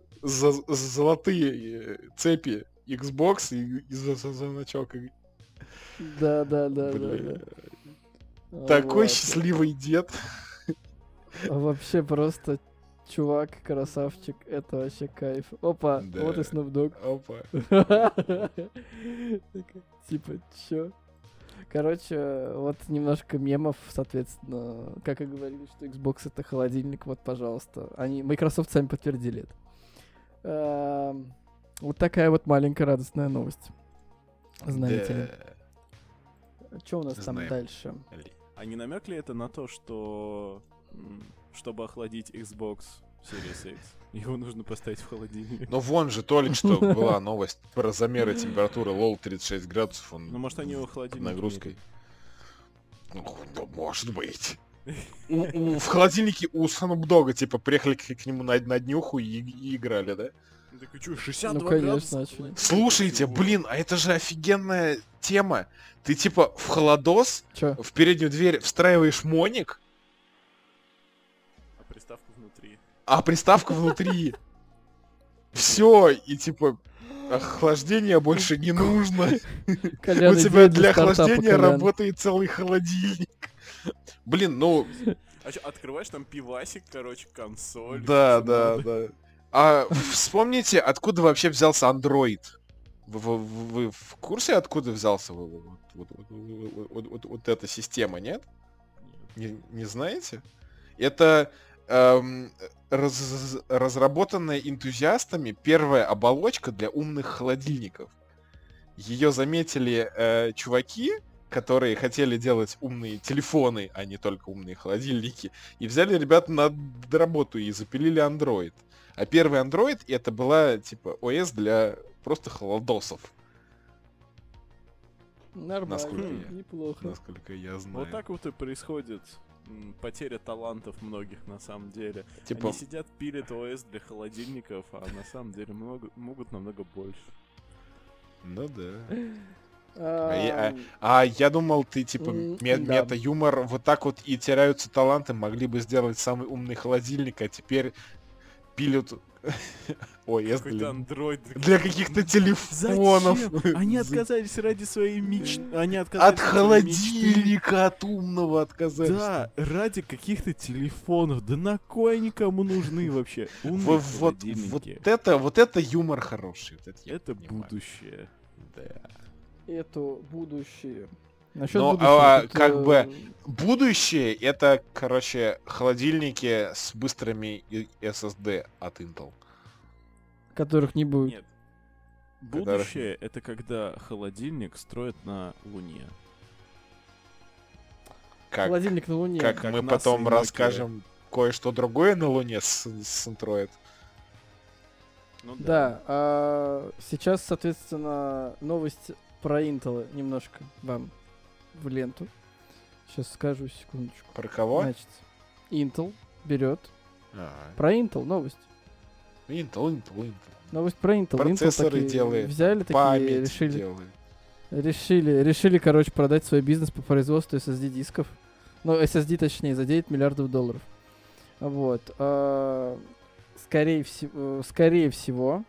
золотые цепи Xbox и значок. Да. Бля. Такой Вот. счастливый дед. Вообще просто чувак, красавчик, это вообще кайф. Опа, Да. вот и Snoop Dogg. Опа. Типа, чё? Короче, вот немножко мемов, соответственно, как и говорили, что Xbox это холодильник, вот, пожалуйста. Microsoft сами подтвердили это. Вот такая вот маленькая радостная новость. Знаете ли. Что у нас там Знаем. дальше? А не намек ли это на то, что чтобы охладить Xbox Series X, его нужно поставить в холодильник? Но вон же только что была новость про замеры температуры лол 36 градусов. Он Ну, может, они его в холодильнике нагрузкой. Ну, может быть. В холодильнике у Snoop Dogg, типа, приехали к нему на днюху и играли, да? Я такой, что, 62 Ну, конечно, градуса? очевидно. Слушайте, блин, а это же офигенная тема. Ты типа в холодос Чё? в переднюю дверь встраиваешь моник, А приставка внутри. а приставка внутри. Все, и типа охлаждение больше не нужно. Колян, У тебя идея для стартапа, охлаждения Колян. работает целый холодильник. Блин, ну, А что, открываешь там пивасик, короче, консоль. да, всё да, надо. да. А вспомните, откуда вообще взялся Android? Вы в курсе, откуда взялся вот эта система, нет? Не знаете? Это разработанная энтузиастами первая оболочка для умных холодильников. Ее заметили чуваки, которые хотели делать умные телефоны, а не только умные холодильники, и взяли ребят на работу и запилили Android. А первый Android это была типа ОС для просто холодосов, Нормально, насколько неплохо. насколько я знаю. Вот так вот и происходит потеря талантов многих на самом деле. Типа, Они сидят, пилят ОС для холодильников, а на самом деле могут намного больше. ну да. А, А я думал, ты типа да. мета-юмор, вот так вот и теряются таланты, могли бы сделать самый умный холодильник, а теперь пилят ОС Какой-то андроид. для каких-то телефонов. Зачем? Они отказались ради своей мечты. От холодильника, от умного отказались. Да, ради каких-то телефонов. Да на кой они кому нужны вообще? Умные Вот холодильники. вот это юмор хороший. Вот это я Это понимаю. будущее. Да. Это будущее. Насчет Ну, будущего. тут, как бы будущее это, короче, холодильники с быстрыми SSD от Intel. которых не будет. Нет. Будущее — это когда холодильник строят на Луне. Как, Холодильник на Луне. как Как мы NASA потом и Nokia. расскажем кое-что другое на Луне с Android. Ну Да, сейчас, соответственно, новость про Intel немножко вам в ленту. Сейчас скажу, секундочку. Про кого? Значит, Intel берет. А, Про Intel новость. Intel. Новость про Intel. Intel Процессоры такие делает, взяли, такие память решили, решили, короче, продать свой бизнес по производству SSD-дисков. Ну, SSD, точнее, за $9 миллиардов. Вот. Скорее всего,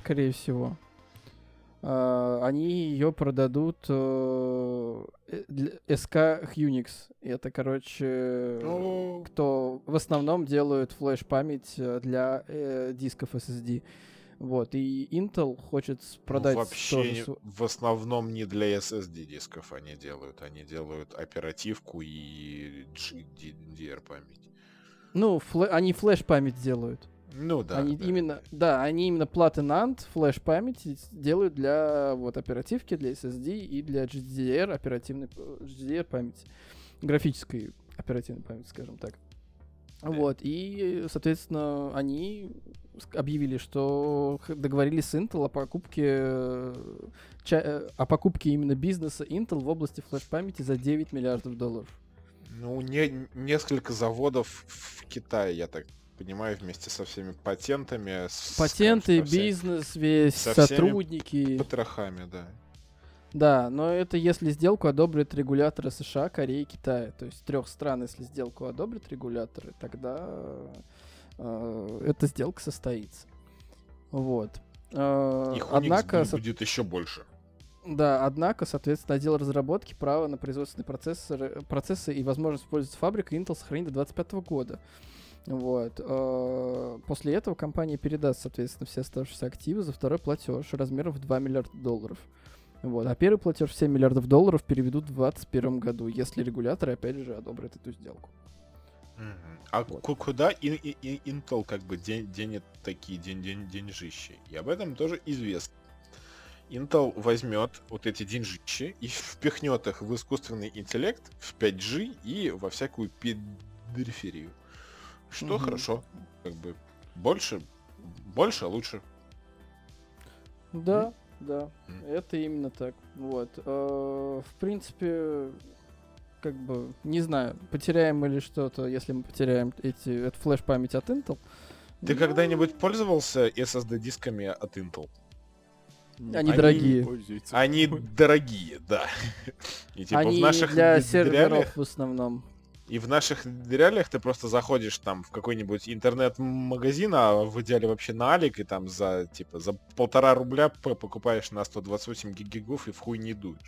они ее продадут для SK Hynix. Это, короче, Ну, кто в основном делают флеш-память для дисков SSD. Вот, и Intel хочет продать вообще тоже в основном не для SSD дисков они делают оперативку и GDDR память. Ну, они флеш-память делают. Ну да. Они да. именно платы NAND, флеш-память делают для вот оперативки, для SSD и для GDDR GDDR памяти. Графической оперативной памяти, скажем так. Вот, и, соответственно, они объявили, что договорились с Intel о покупке именно бизнеса Intel в области флеш-памяти за $9 миллиардов. Ну, несколько заводов в Китае, я так понимаю, вместе со всеми патентами. Патенты, со всеми бизнес, весь, со всеми сотрудники. потрохами, да. Да, но это если сделку одобрят регуляторы США, Кореи и Китая. То есть 3 стран, если сделку одобрят регуляторы, тогда эта сделка состоится. Вот. Их Однако, будет еще больше. да, однако, соответственно, отдел разработки права на производственные процессы и возможность использовать фабрику Intel сохранит до 2025 года. Вот. После этого компания передаст, соответственно, все оставшиеся активы за второй платеж размером в $2 миллиарда. Вот. А первый платеж в $7 миллиардов переведут в 2021 году, если регуляторы, опять же, одобрят эту сделку. А Вот. куда Intel как бы денет такие деньжищи? И об этом тоже известно. Intel возьмет вот эти деньжищи и впихнет их в искусственный интеллект, в 5G и во всякую периферию. Что хорошо. Как бы больше лучше. Да, да, это именно так. Вот. В принципе, как бы, не знаю, потеряем мы ли что-то, если мы потеряем эту флеш-память от Intel. Ты когда-нибудь пользовался SSD-дисками от Intel? Они дорогие. пользуются. Они дорогие, да. И типа Они в наших для реалиях- серверов в основном. И в наших реалиях ты просто заходишь там в какой-нибудь интернет-магазин, а в идеале вообще на Алик, и там за 1,5 рубля покупаешь на 128 гигов и в хуй не дуешь.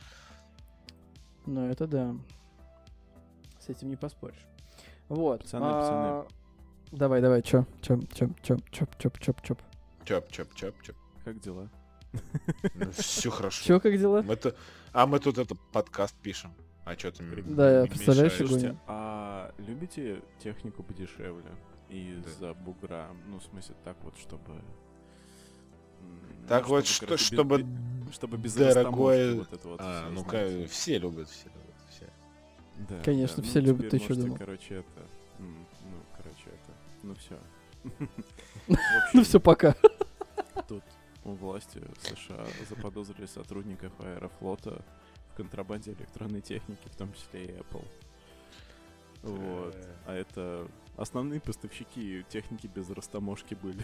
Ну, это да. С этим не поспоришь. Вот. Пацаны. Давай, чоп. Чоп. Как дела? Ну, все хорошо. Чё, как дела? Мы тут это подкаст пишем. А что ты мне Да, я представляю, мешаешь? что Слушайте, Гуня. а любите технику подешевле? Из-за бугра? Ну, в смысле, так вот, чтобы... Так вот, короче, чтобы чтобы без дорогое... растаможки вот это вот всё, ну-ка, знаете. все любят, все. Да, Конечно, да. все Ну, любят, теперь ты чё можете, думал? короче, это... Ну, все. Ну все, пока. Тут у власти США заподозрили сотрудников Аэрофлота в контрабанде электронной техники, в том числе и Apple. Вот. А это основные поставщики техники без растаможки были.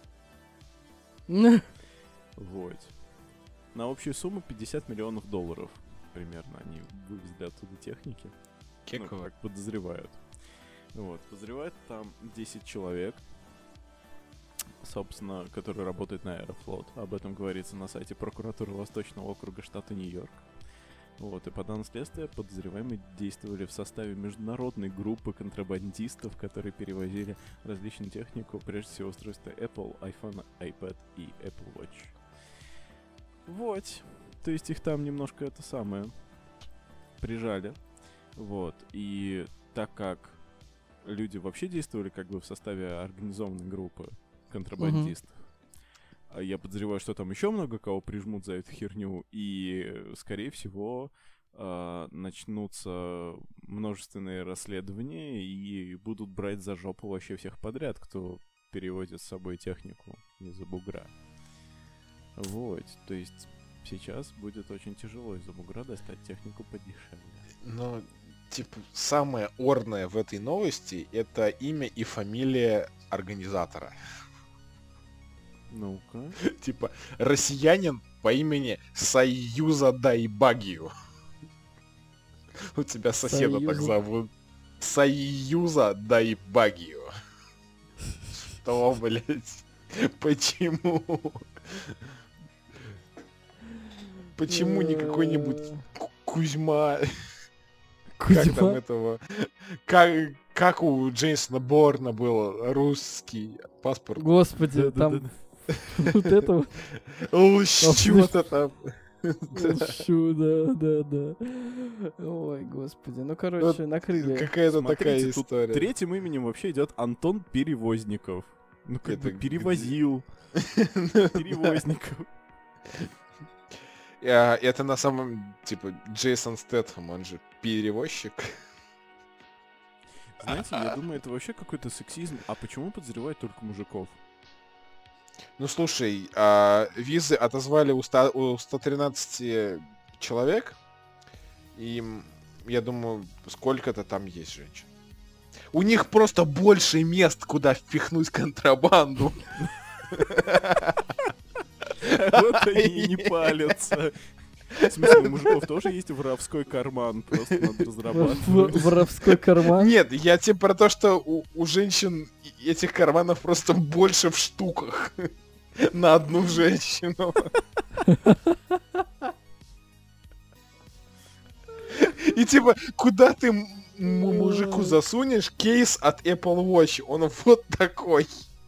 Вот. На общую сумму $50 миллионов примерно они вывезли оттуда техники. Кеково. Как подозревают. Вот. Подозревают там 10 человек, собственно, которые работают на Аэрофлот. Об этом говорится на сайте прокуратуры Восточного округа штата Нью-Йорк. Вот, и по данным следствия, подозреваемые действовали в составе международной группы контрабандистов, которые перевозили различную технику, прежде всего устройства Apple, iPhone, iPad и Apple Watch. Вот. То есть их там немножко это самое прижали. Вот. И так как люди вообще действовали как бы в составе организованной группы контрабандистов, я подозреваю, что там еще много кого прижмут за эту херню, и, скорее всего, начнутся множественные расследования и будут брать за жопу вообще всех подряд, кто перевозит с собой технику из-за бугра. Вот, то есть сейчас будет очень тяжело из-за бугра достать технику подешевле. Но, самое орное в этой новости — это имя и фамилия организатора. Ну-ка. Россиянин по имени Союза Дайбагию. У тебя соседа так Союза. зовут. Союза Дайбагию. Что, блять? Почему? Почему не какой-нибудь Кузьма? Как там Кузьма? этого? Как у Джейсона Борна был русский паспорт? Господи, там вот это вот. Что-то там. Шу, да. Ой, господи. Ну, короче, накрыли. Какая-то такая Смотрите, тут история. третьим именем вообще идет Антон Перевозников. Ну, как Это бы перевозил. Перевозников. Это на самом, Джейсон Стэтхэм, он же перевозчик. Знаете, я думаю, это вообще какой-то сексизм. А почему подозревают только мужиков? Ну, слушай, визы отозвали у 113 человек, и я думаю, сколько-то там есть женщин. У них просто больше мест, куда впихнуть контрабанду. Вот они и не палятся. В смысле, у мужиков тоже есть воровской карман, просто надо разрабатывать. Воровской карман. Нет, я про то, что у женщин этих карманов просто больше в штуках на одну женщину. И куда ты мужику засунешь кейс от Apple Watch? Он вот такой.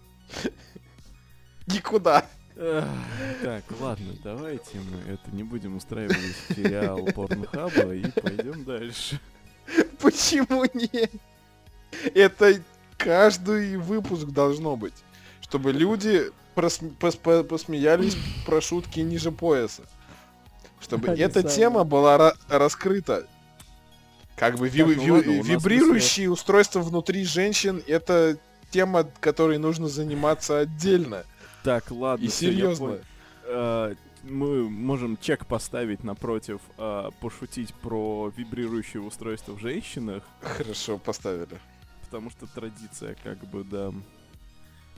Никуда. Так, ладно, давайте мы это не будем устраивать сериал Порнхаба и пойдем дальше. Почему нет? Это каждый выпуск должно быть. Чтобы люди посмеялись про шутки ниже пояса. Чтобы Они эта самые. тема была раскрыта. Как бы Так, ну ладно, у нас вибрирующие устройства внутри женщин — это тема, которой нужно заниматься отдельно. Так, ладно. И всё, я серьезно. понял. Мы можем чек поставить напротив, пошутить про вибрирующие устройства в женщинах, Хорошо, поставили. потому что традиция, как бы, да.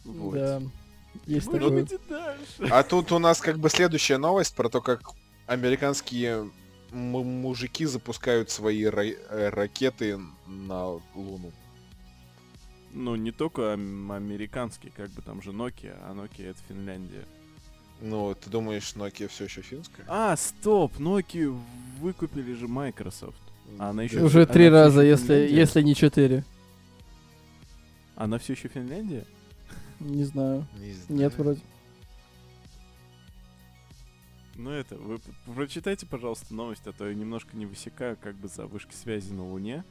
Вот. Да. Есть Может такое. быть, и дальше. А тут у нас как бы следующая новость про то, как американские мужики запускают свои ракеты на Луну. Ну, не только американский, как бы там же Nokia, а Nokia это Финляндия. Ну, ты думаешь, Nokia все еще финская? А, стоп, Nokia выкупили же Microsoft. А она еще Уже она 3 всё раза, ещё если, Финляндия? если не 4. Она все еще Финляндия? Не знаю. Не знаю. Нет, вроде. Ну это, вы прочитайте, пожалуйста, новость, а то я немножко не высекаю как бы за вышки связи на Луне.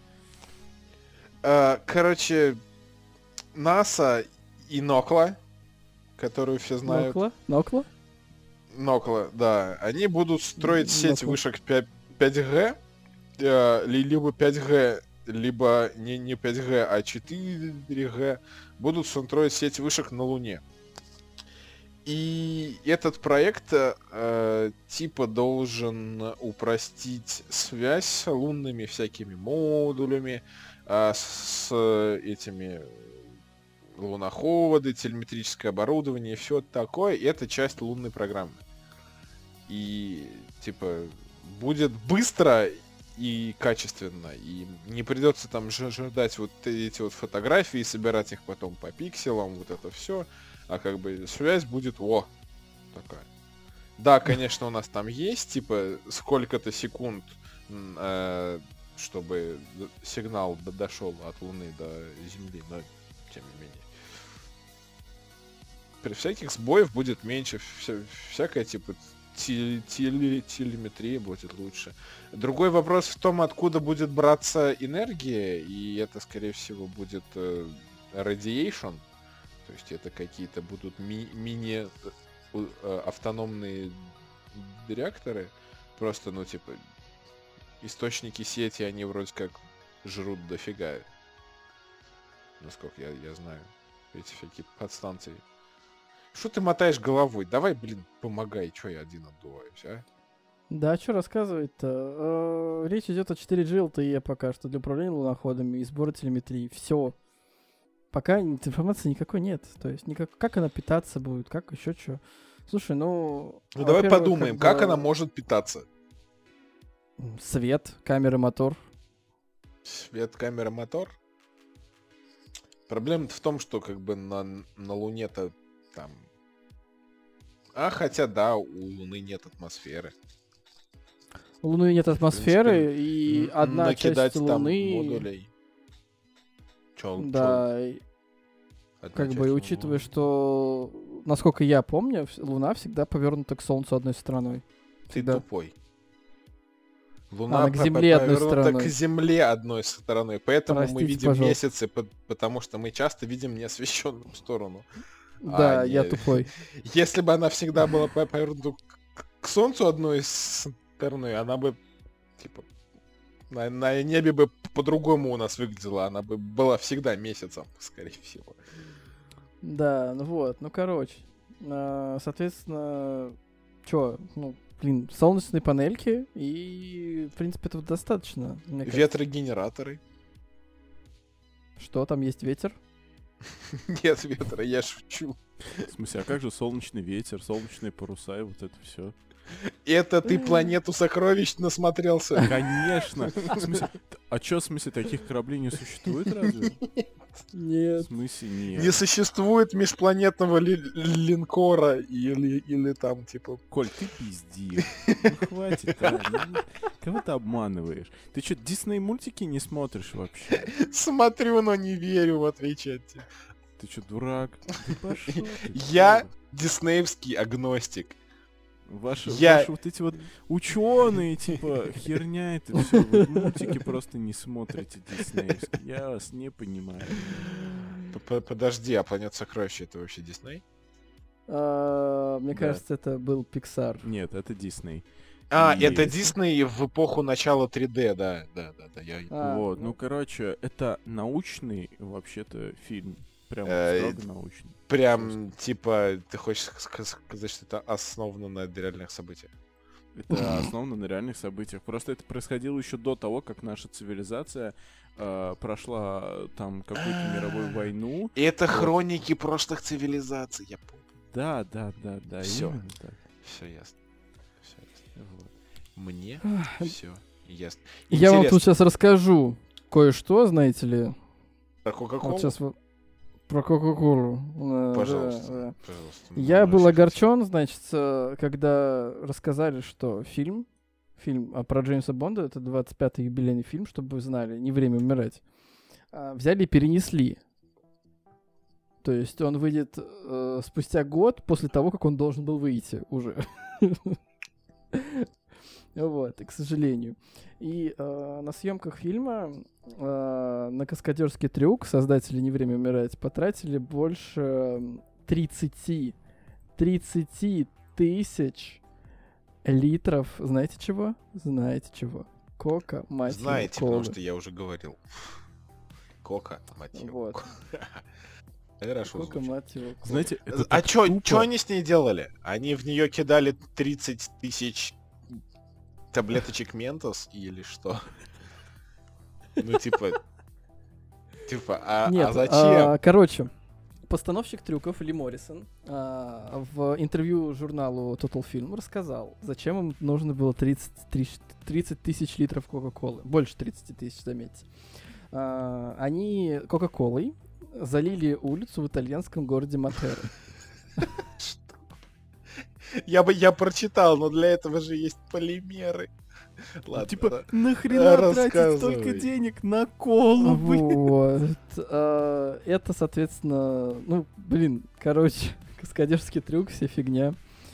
Короче, НАСА и Нокла, которую все знают. Нокла? Нокла, да. Они будут строить сеть Нокла. вышек 5G, либо 5G, либо не 5G, а 4G. Будут строить сеть вышек на Луне. И этот проект типа должен упростить связь с лунными всякими модулями, с этими луноходы, телеметрическое оборудование, все такое. И это часть лунной программы. И типа будет быстро и качественно, и не придется там ждать вот эти вот фотографии, собирать их потом по пикселам, вот это все. А как бы связь будет, такая. Да, конечно, у нас там есть, типа, сколько-то секунд, чтобы сигнал дошел от Луны до Земли, но тем не менее. При всяких сбоев будет меньше, всякая, типа, телеметрия будет лучше. Другой вопрос в том, откуда будет браться энергия, и это, скорее всего, будет radiation. То есть это какие-то будут мини-автономные реакторы. Просто, ну, типа, источники сети, они вроде как жрут дофига. Насколько я знаю. Эти всякие подстанции. Что ты мотаешь головой? Давай, блин, помогай. Чё я один отдуваюсь, а? Да, что рассказывать-то? Речь идет о 4G LTE пока что для управления луноходами и сбора телеметрии. Все. Пока информации никакой нет. То есть как она питаться будет, как еще что. Слушай, Ну давай подумаем, как она может питаться. Свет, камера, мотор. Свет, камера, мотор? Проблема-то в том, что как бы на Луне-то там... хотя да, у Луны нет атмосферы. У Луны нет атмосферы, принципе, и одна накидать часть там Луны... модулей. Да, как бы, учитывая, что, насколько я помню, Луна всегда повернута к Солнцу одной стороной. Ты Всегда. тупой. Луна к Земле одной повернута стороной. к Земле одной стороной. Поэтому мы Простите, видим пожалуйста. месяцы, потому что мы часто видим неосвещенную сторону. Да, я не- тупой. Если бы она всегда была повернута к Солнцу одной стороной, она бы, типа, на небе бы по-другому у нас выглядела. Она бы была всегда месяцем, скорее всего. Да, ну вот, ну короче. Соответственно, солнечные панельки, и, в принципе, этого достаточно. Мне кажется. Ветрогенераторы. Что, там есть ветер? Нет ветра, я шучу. В смысле, а как же солнечный ветер, солнечные паруса и вот это все? Это ты планету сокровищ насмотрелся? Конечно. В смысле, а чё, в смысле, таких кораблей не существует разве? В Нет. смысле, Не нет. существует межпланетного линкора или там типа... Коль, ты пизди. Ну хватит, а. Ну, кого ты обманываешь? Ты чё, Дисней мультики не смотришь вообще? Смотрю, но не верю, в отличие от тебя. Ты чё, дурак? Ты пошёл ты, Я чё? диснеевский агностик. Ваши Я- вот эти вот ученые, типа, херня это все. Вы мультики просто не смотрите диснеевские. Я вас не понимаю. Подожди, а Планета сокровищ это вообще Дисней? Мне Да. кажется, это был Pixar. Нет, это Дисней. И- Это Дисней в эпоху начала 3D, да. Вот, ну, короче, это научный, вообще-то, фильм. Прям Э, строго научный. Прям, типа, ты хочешь сказать, что это основано на реальных событиях? Это основано на реальных событиях. Просто это происходило еще до того, как наша цивилизация прошла там какую-то мировую войну. Это Вот. хроники прошлых цивилизаций, я понял. Да, Всё. именно так. Все ясно. Всё ясно. Вот. Мне все ясно. Я вам тут Интересно, сейчас расскажу кое-что, знаете ли. про Кока-Колу? Вот сейчас про Кока-Колу. Пожалуйста. Да. Пожалуйста. Я Ну, был очень огорчен, значит, когда рассказали, что фильм про Джеймса Бонда, это 25-й юбилейный фильм, чтобы вы знали, не время умирать, взяли и перенесли. То есть он выйдет спустя год после того, как он должен был выйти уже. Вот, и к сожалению. И на съемках фильма на каскадерский трюк создатели «Не время умирать» потратили больше 30 тысяч литров. Знаете чего? Знаете чего? Кока, мать его, Знаете, колы. потому что я уже говорил. Кока, мать его. Вот. Хорошо Кока, звучит. мать его, колы. Знаете, это А так чё тупо. они с ней делали? Они в нее кидали 30 тысяч таблеточек Ментос или что? Ну, типа, а Нет, зачем? короче, постановщик трюков Ли Моррисон в интервью журналу Total Film рассказал, зачем им нужно было 30 тысяч литров Кока-Колы. Больше 30 тысяч, заметьте. Они Кока-Колой залили улицу в итальянском городе Матеро. Я прочитал, но для этого же есть полимеры. Ладно. Типа, нахрена тратить рассказывай. столько денег на колу, блин? Вот. Это, соответственно, ну, блин, короче, каскадерский трюк, вся фигня.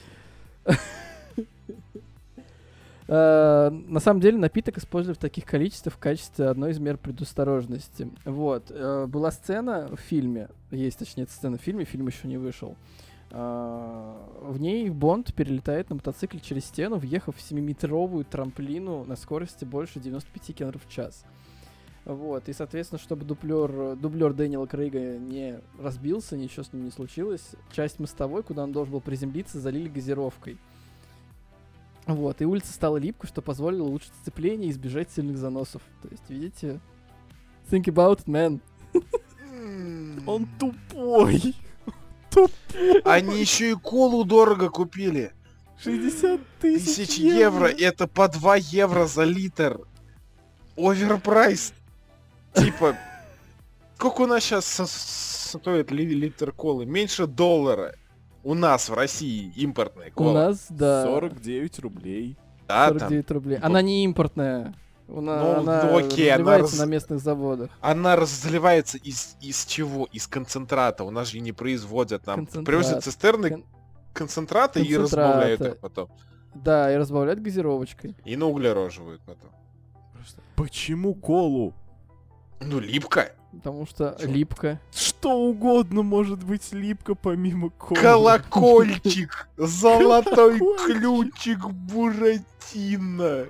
На самом деле напиток использовали в таких количествах в качестве одной из мер предосторожности. Вот. Была сцена в фильме, есть, точнее, сцена в фильме, фильм еще не вышел. В ней Бонд перелетает на мотоцикле через стену, въехав в 7-метровую трамплину на скорости больше 95 км в час. Вот, и, соответственно, чтобы дублер Дэниела Крейга не разбился, ничего с ним не случилось, часть мостовой, куда он должен был приземлиться, залили газировкой. Вот, и улица стала липкой, что позволило улучшить сцепление и избежать сильных заносов. То есть, видите? Think about it, man. Он тупой. Они еще и колу дорого купили. 60 тысяч евро. Это по 2 евро за литр. Оверпрайс. Типа, сколько у нас сейчас стоит литр колы? Меньше $1. У нас в России импортная кола. У нас, да, 49 рублей. Да, 49 рублей. Она не импортная. Она ну, окей, она разливается на местных заводах. Она разливается из чего? Из концентрата. У нас же не производят. Нам Концентрат. привозят цистерны концентрата и разбавляют их потом. Да, и разбавляют газировочкой. И на углероживают потом. Почему колу? Ну, липко. Потому что Чё? липко. Что угодно может быть липко помимо колы. Колокольчик! Золотой Колокольчик. ключик Буратино!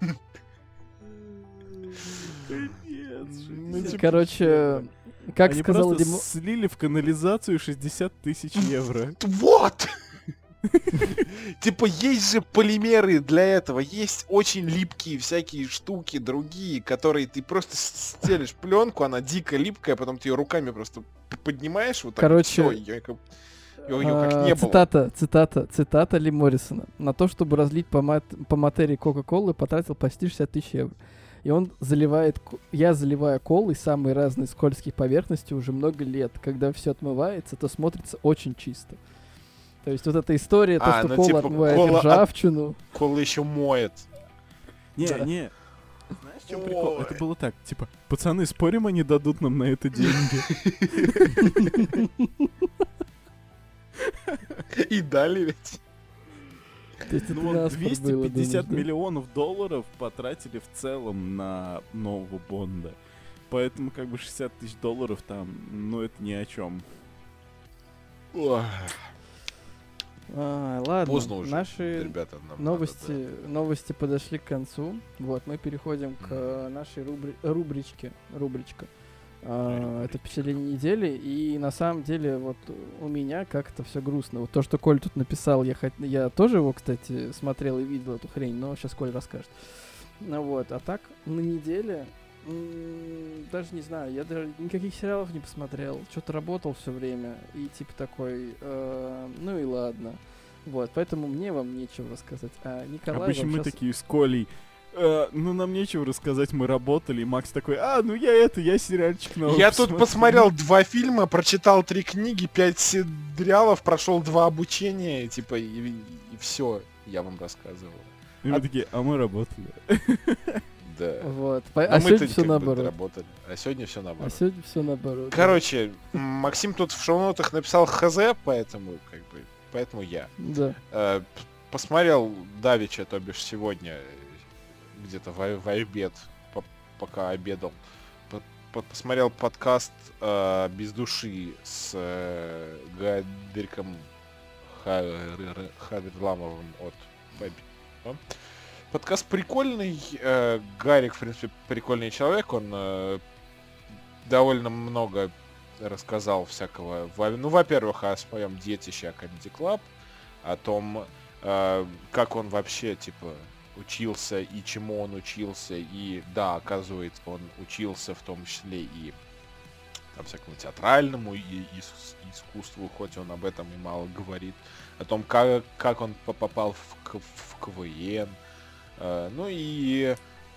Ну, типа, Короче, как они сказал просто Лимо... слили в канализацию 60 тысяч евро. Вот! Типа, есть же полимеры для этого, есть очень липкие всякие штуки другие, которые ты просто стелишь пленку, она дико липкая, потом ты ее руками просто поднимаешь вот так. Короче, ее как не было. Цитата Ли Моррисона. На то, чтобы разлить по материи Кока-Колы, потратил почти 60 тысяч евро. И он я заливаю колой самые разные скользкие поверхности уже много лет. Когда все отмывается, то смотрится очень чисто. То есть вот эта история, то, что ну, кола типа, отмывает кола ржавчину. Кола еще моет. Не. Знаешь, в чем прикол? Ой. Это было так, типа, пацаны, спорим, они дадут нам на это деньги. И дали ведь. То есть это Ну, на вот спор было, 250 думаешь, да? миллионов долларов потратили в целом на нового Бонда. Поэтому как бы 60 тысяч долларов там, ну это ни о чем. Ой, Ладно, поздно уже, наши ребята. Нам новости подошли к концу. Вот, мы переходим к нашей рубричке. Это впечатление недели. И на самом деле вот у меня как-то все грустно. Вот то, что Коль тут написал, я тоже его, кстати, смотрел и видел эту хрень, но сейчас Коль расскажет. Ну вот, а так на неделе даже не знаю, я даже никаких сериалов не посмотрел, что-то работал все время и типа такой, ну и ладно. Вот, поэтому мне вам нечего рассказать. А Николай Обычно мы щас... такие с Колей. Ну, нам нечего рассказать, мы работали, и Макс такой, ну я сериальчик новый Я тут посмотрел 2 фильма, прочитал 3 книги, 5 сериалов, прошел 2 обучения, типа, и все, я вам рассказывал. И мы такие, мы работали. Да. Вот. А сегодня все наоборот. Работали. А сегодня все наоборот. А сегодня все наоборот. Короче, Максим тут в шоу-нотах написал ХЗ, поэтому я. Да. Посмотрел давеча, то бишь сегодня, где-то в обед, пока обедал. Посмотрел подкаст «Без души» с Гадриком Хавидламовым от Бэби. Подкаст прикольный. Гарик, в принципе, прикольный человек. Он довольно много рассказал всякого. Ну, во-первых, о своем детище Comedy Club, о том, как он вообще, типа, учился и чему он учился. И да, оказывается, он учился в том числе и там, всякому театральному и искусству, хоть он об этом и мало говорит. О том, как он попал в КВН. Ну и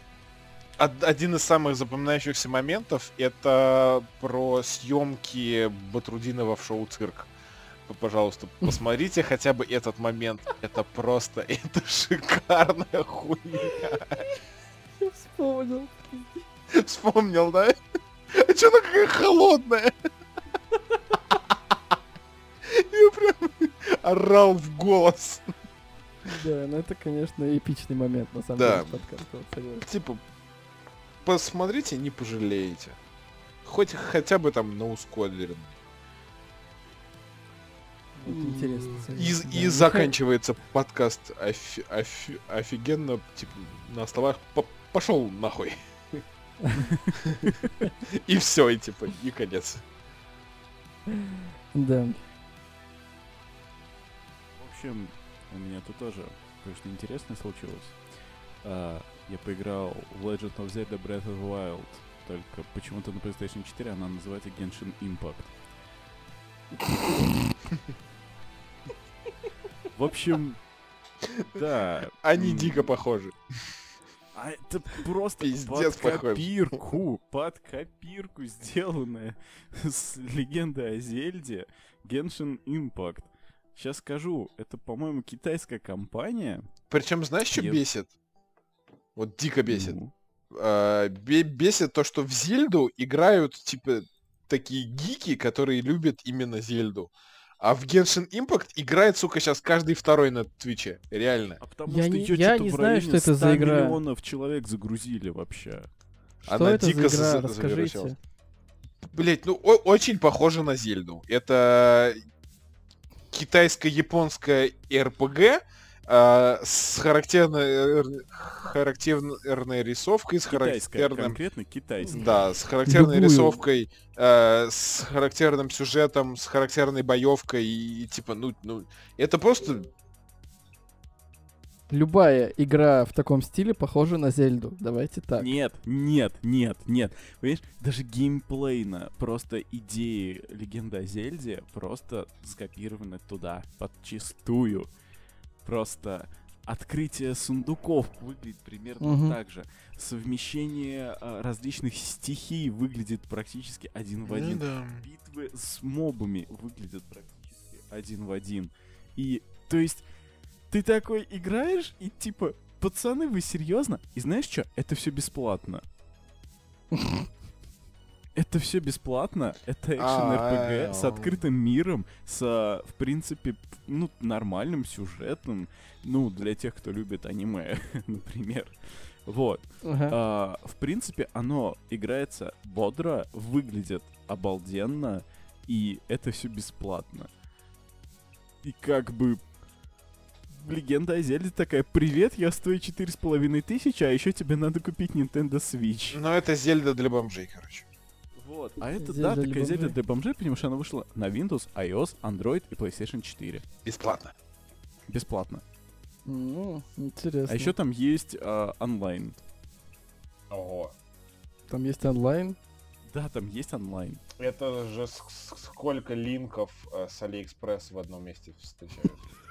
один из самых запоминающихся моментов — это про съемки Батрудинова в шоу «Цирк». Пожалуйста, посмотрите хотя бы этот момент. Это просто, это шикарная хуйня. Вспомнил. Вспомнил, да? А чё она какая холодная? Я прям орал в голос. Да, ну это, конечно, эпичный момент, на самом Да. деле, подкаста, вот согласен. Типа, посмотрите, не пожалеете. Хотя бы там на ускоренный. Вот интересно. И согласен, да. заканчивается подкаст офигенно, типа, на словах пошел нахуй. И все, и типа, и конец. Да. В общем, у меня тут тоже кое-что интересное случилось. Я поиграл в Legend of Zelda Breath of the Wild, только почему-то на PlayStation 4 она называется Genshin Impact. В общем, да. Они дико похожи. А это просто Пиздец под копирку сделанная с легендой о Зельде Genshin Impact. Сейчас скажу, это, по-моему, китайская компания. Причем, знаешь, что бесит? Вот дико бесит. Ну. Бесит то, что в Зельду играют, типа, такие гики, которые любят именно Зельду. А в Genshin Impact играет, сука, сейчас каждый второй на Твиче. Реально. А потому Я что не- её я что-то не в знаю, районе что это за 100 игра. миллионов человек загрузили вообще. Что Она это дико за игра? завирусилась. Расскажите. Блять, ну очень похоже на Зельду. Это китайско-японская РПГ с характерной рисовкой, с Китайская, характерным... конкретно китайская. Да, с характерной Любую. рисовкой, с характерным сюжетом, с характерной боевкой и типа, ну, это просто... Любая игра в таком стиле похожа на Зельду. Давайте так. Нет. Понимаешь, даже геймплейно просто идеи Легенды о Зельде просто скопированы туда, подчистую. Просто открытие сундуков выглядит примерно так же. Совмещение различных стихий выглядит практически один в один. Битвы с мобами выглядят практически один в один. И, то есть, ты такой играешь и типа, пацаны, вы серьезно? И знаешь что? Это все бесплатно. Это все бесплатно. Это экшен-РПГ с открытым миром, с, в принципе, ну, нормальным сюжетом. Ну, для тех, кто любит аниме, например. Вот. Ага. В принципе, оно играется бодро, выглядит обалденно, и это все бесплатно. И как бы... Легенда о Зельде такая: привет, я стою 4500, а еще тебе надо купить Nintendo Switch. Ну, это Зельда для бомжей, короче. Вот. А это, Зельда да, для такая Зельда бомжей. для бомжей, потому что она вышла на Windows, iOS, Android и PlayStation 4. Бесплатно. Бесплатно. Интересно. А еще там есть онлайн. Ого. Там есть онлайн. Да, там есть онлайн. Это же сколько линков с Алиэкспресс в одном месте встречаются.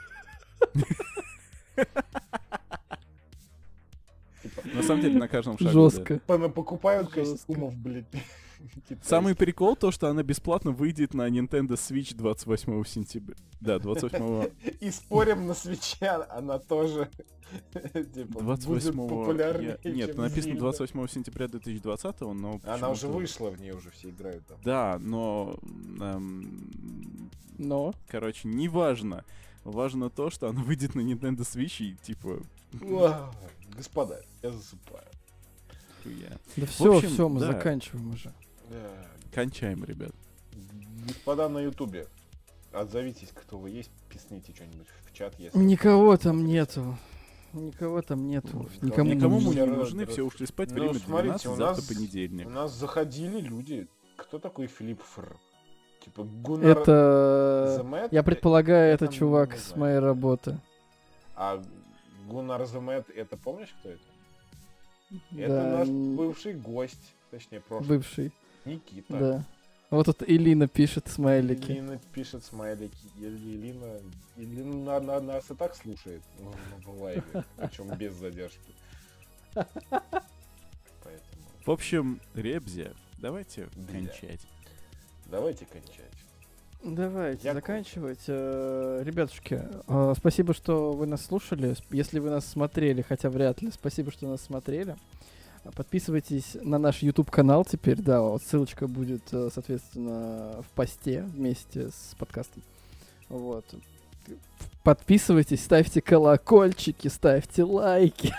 На самом деле на каждом шагу. Жестко. Покупают Жестко. костюмов, блядь. Самый прикол то, что она бесплатно выйдет на Nintendo Switch 28 сентября. Да, 28 И спорим, на свече она тоже типа, будет 28 популярнее, Нет, чем написано Зельда. 28 сентября 2020, но Она уже почему-то- вышла, в ней уже все играют там. Да, но Но. короче, неважно. Важно то, что она выйдет на Nintendo Switch и типа Господа, я засыпаю. хуя. Да все, общем, все, мы да. заканчиваем уже. Кончаем, ребят. Господа на Ютубе, отзовитесь, кто вы есть, писните что-нибудь в чат, если... Никого там нету. Никого там нету. Никому, Никому мы не не все нужны, раз- все ушли спать, Ну, время смотрите, 12, у завтра нас- понедельник. У нас заходили люди. Кто такой Филипп Фр? Типа Гуннар Это... Земет? Я предполагаю, Я это там чувак не с знаю. моей работы. А Гуннар Земет, это помнишь, кто это? Да, Это наш бывший гость, точнее, прошлый. бывший. Никита. Да. Вот тут Илина пишет смайлики. Илина пишет смайлики. Илина нас и так слушает в лайве, причем без задержки. Поэтому В общем, Ребзя, давайте Бля. кончать. давайте кончать. Давайте Дякую. заканчивать. Ребятушки, спасибо, что вы нас слушали. Если вы нас смотрели, хотя вряд ли, спасибо, что нас смотрели. Подписывайтесь на наш YouTube-канал теперь, да, вот ссылочка будет, соответственно, в посте вместе с подкастом. Вот. Подписывайтесь, ставьте колокольчики, ставьте лайки.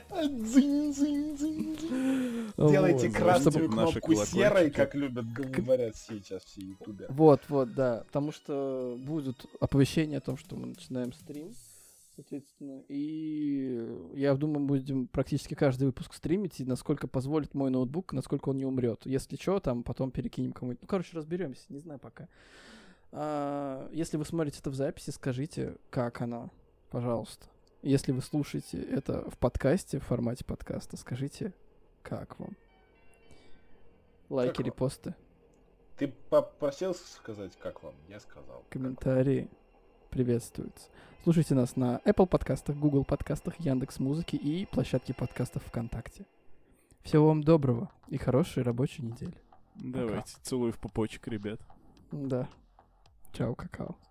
Делайте Вот, красную чтобы наши кнопку серой, колокольчики. как любят говорят сейчас все ютуберы. Вот, да. Потому что будут оповещения о том, что мы начинаем стрим, соответственно. И я думаю, будем практически каждый выпуск стримить, и насколько позволит мой ноутбук, насколько он не умрет. Если что, там потом перекинем кому-нибудь. Ну, короче, разберемся, не знаю пока. Если вы смотрите это в записи, скажите, как она, пожалуйста. Если вы слушаете это в подкасте, в формате подкаста, скажите, как вам. Лайки, Как вам? репосты, Ты попросил сказать, как вам? Я сказал. комментарии приветствуются. Слушайте нас на Apple подкастах, Google подкастах, Яндекс.Музыке и площадке подкастов ВКонтакте. Всего вам доброго и хорошей рабочей недели. Давайте, целую в пупочек, ребят. Да. Чао, какао.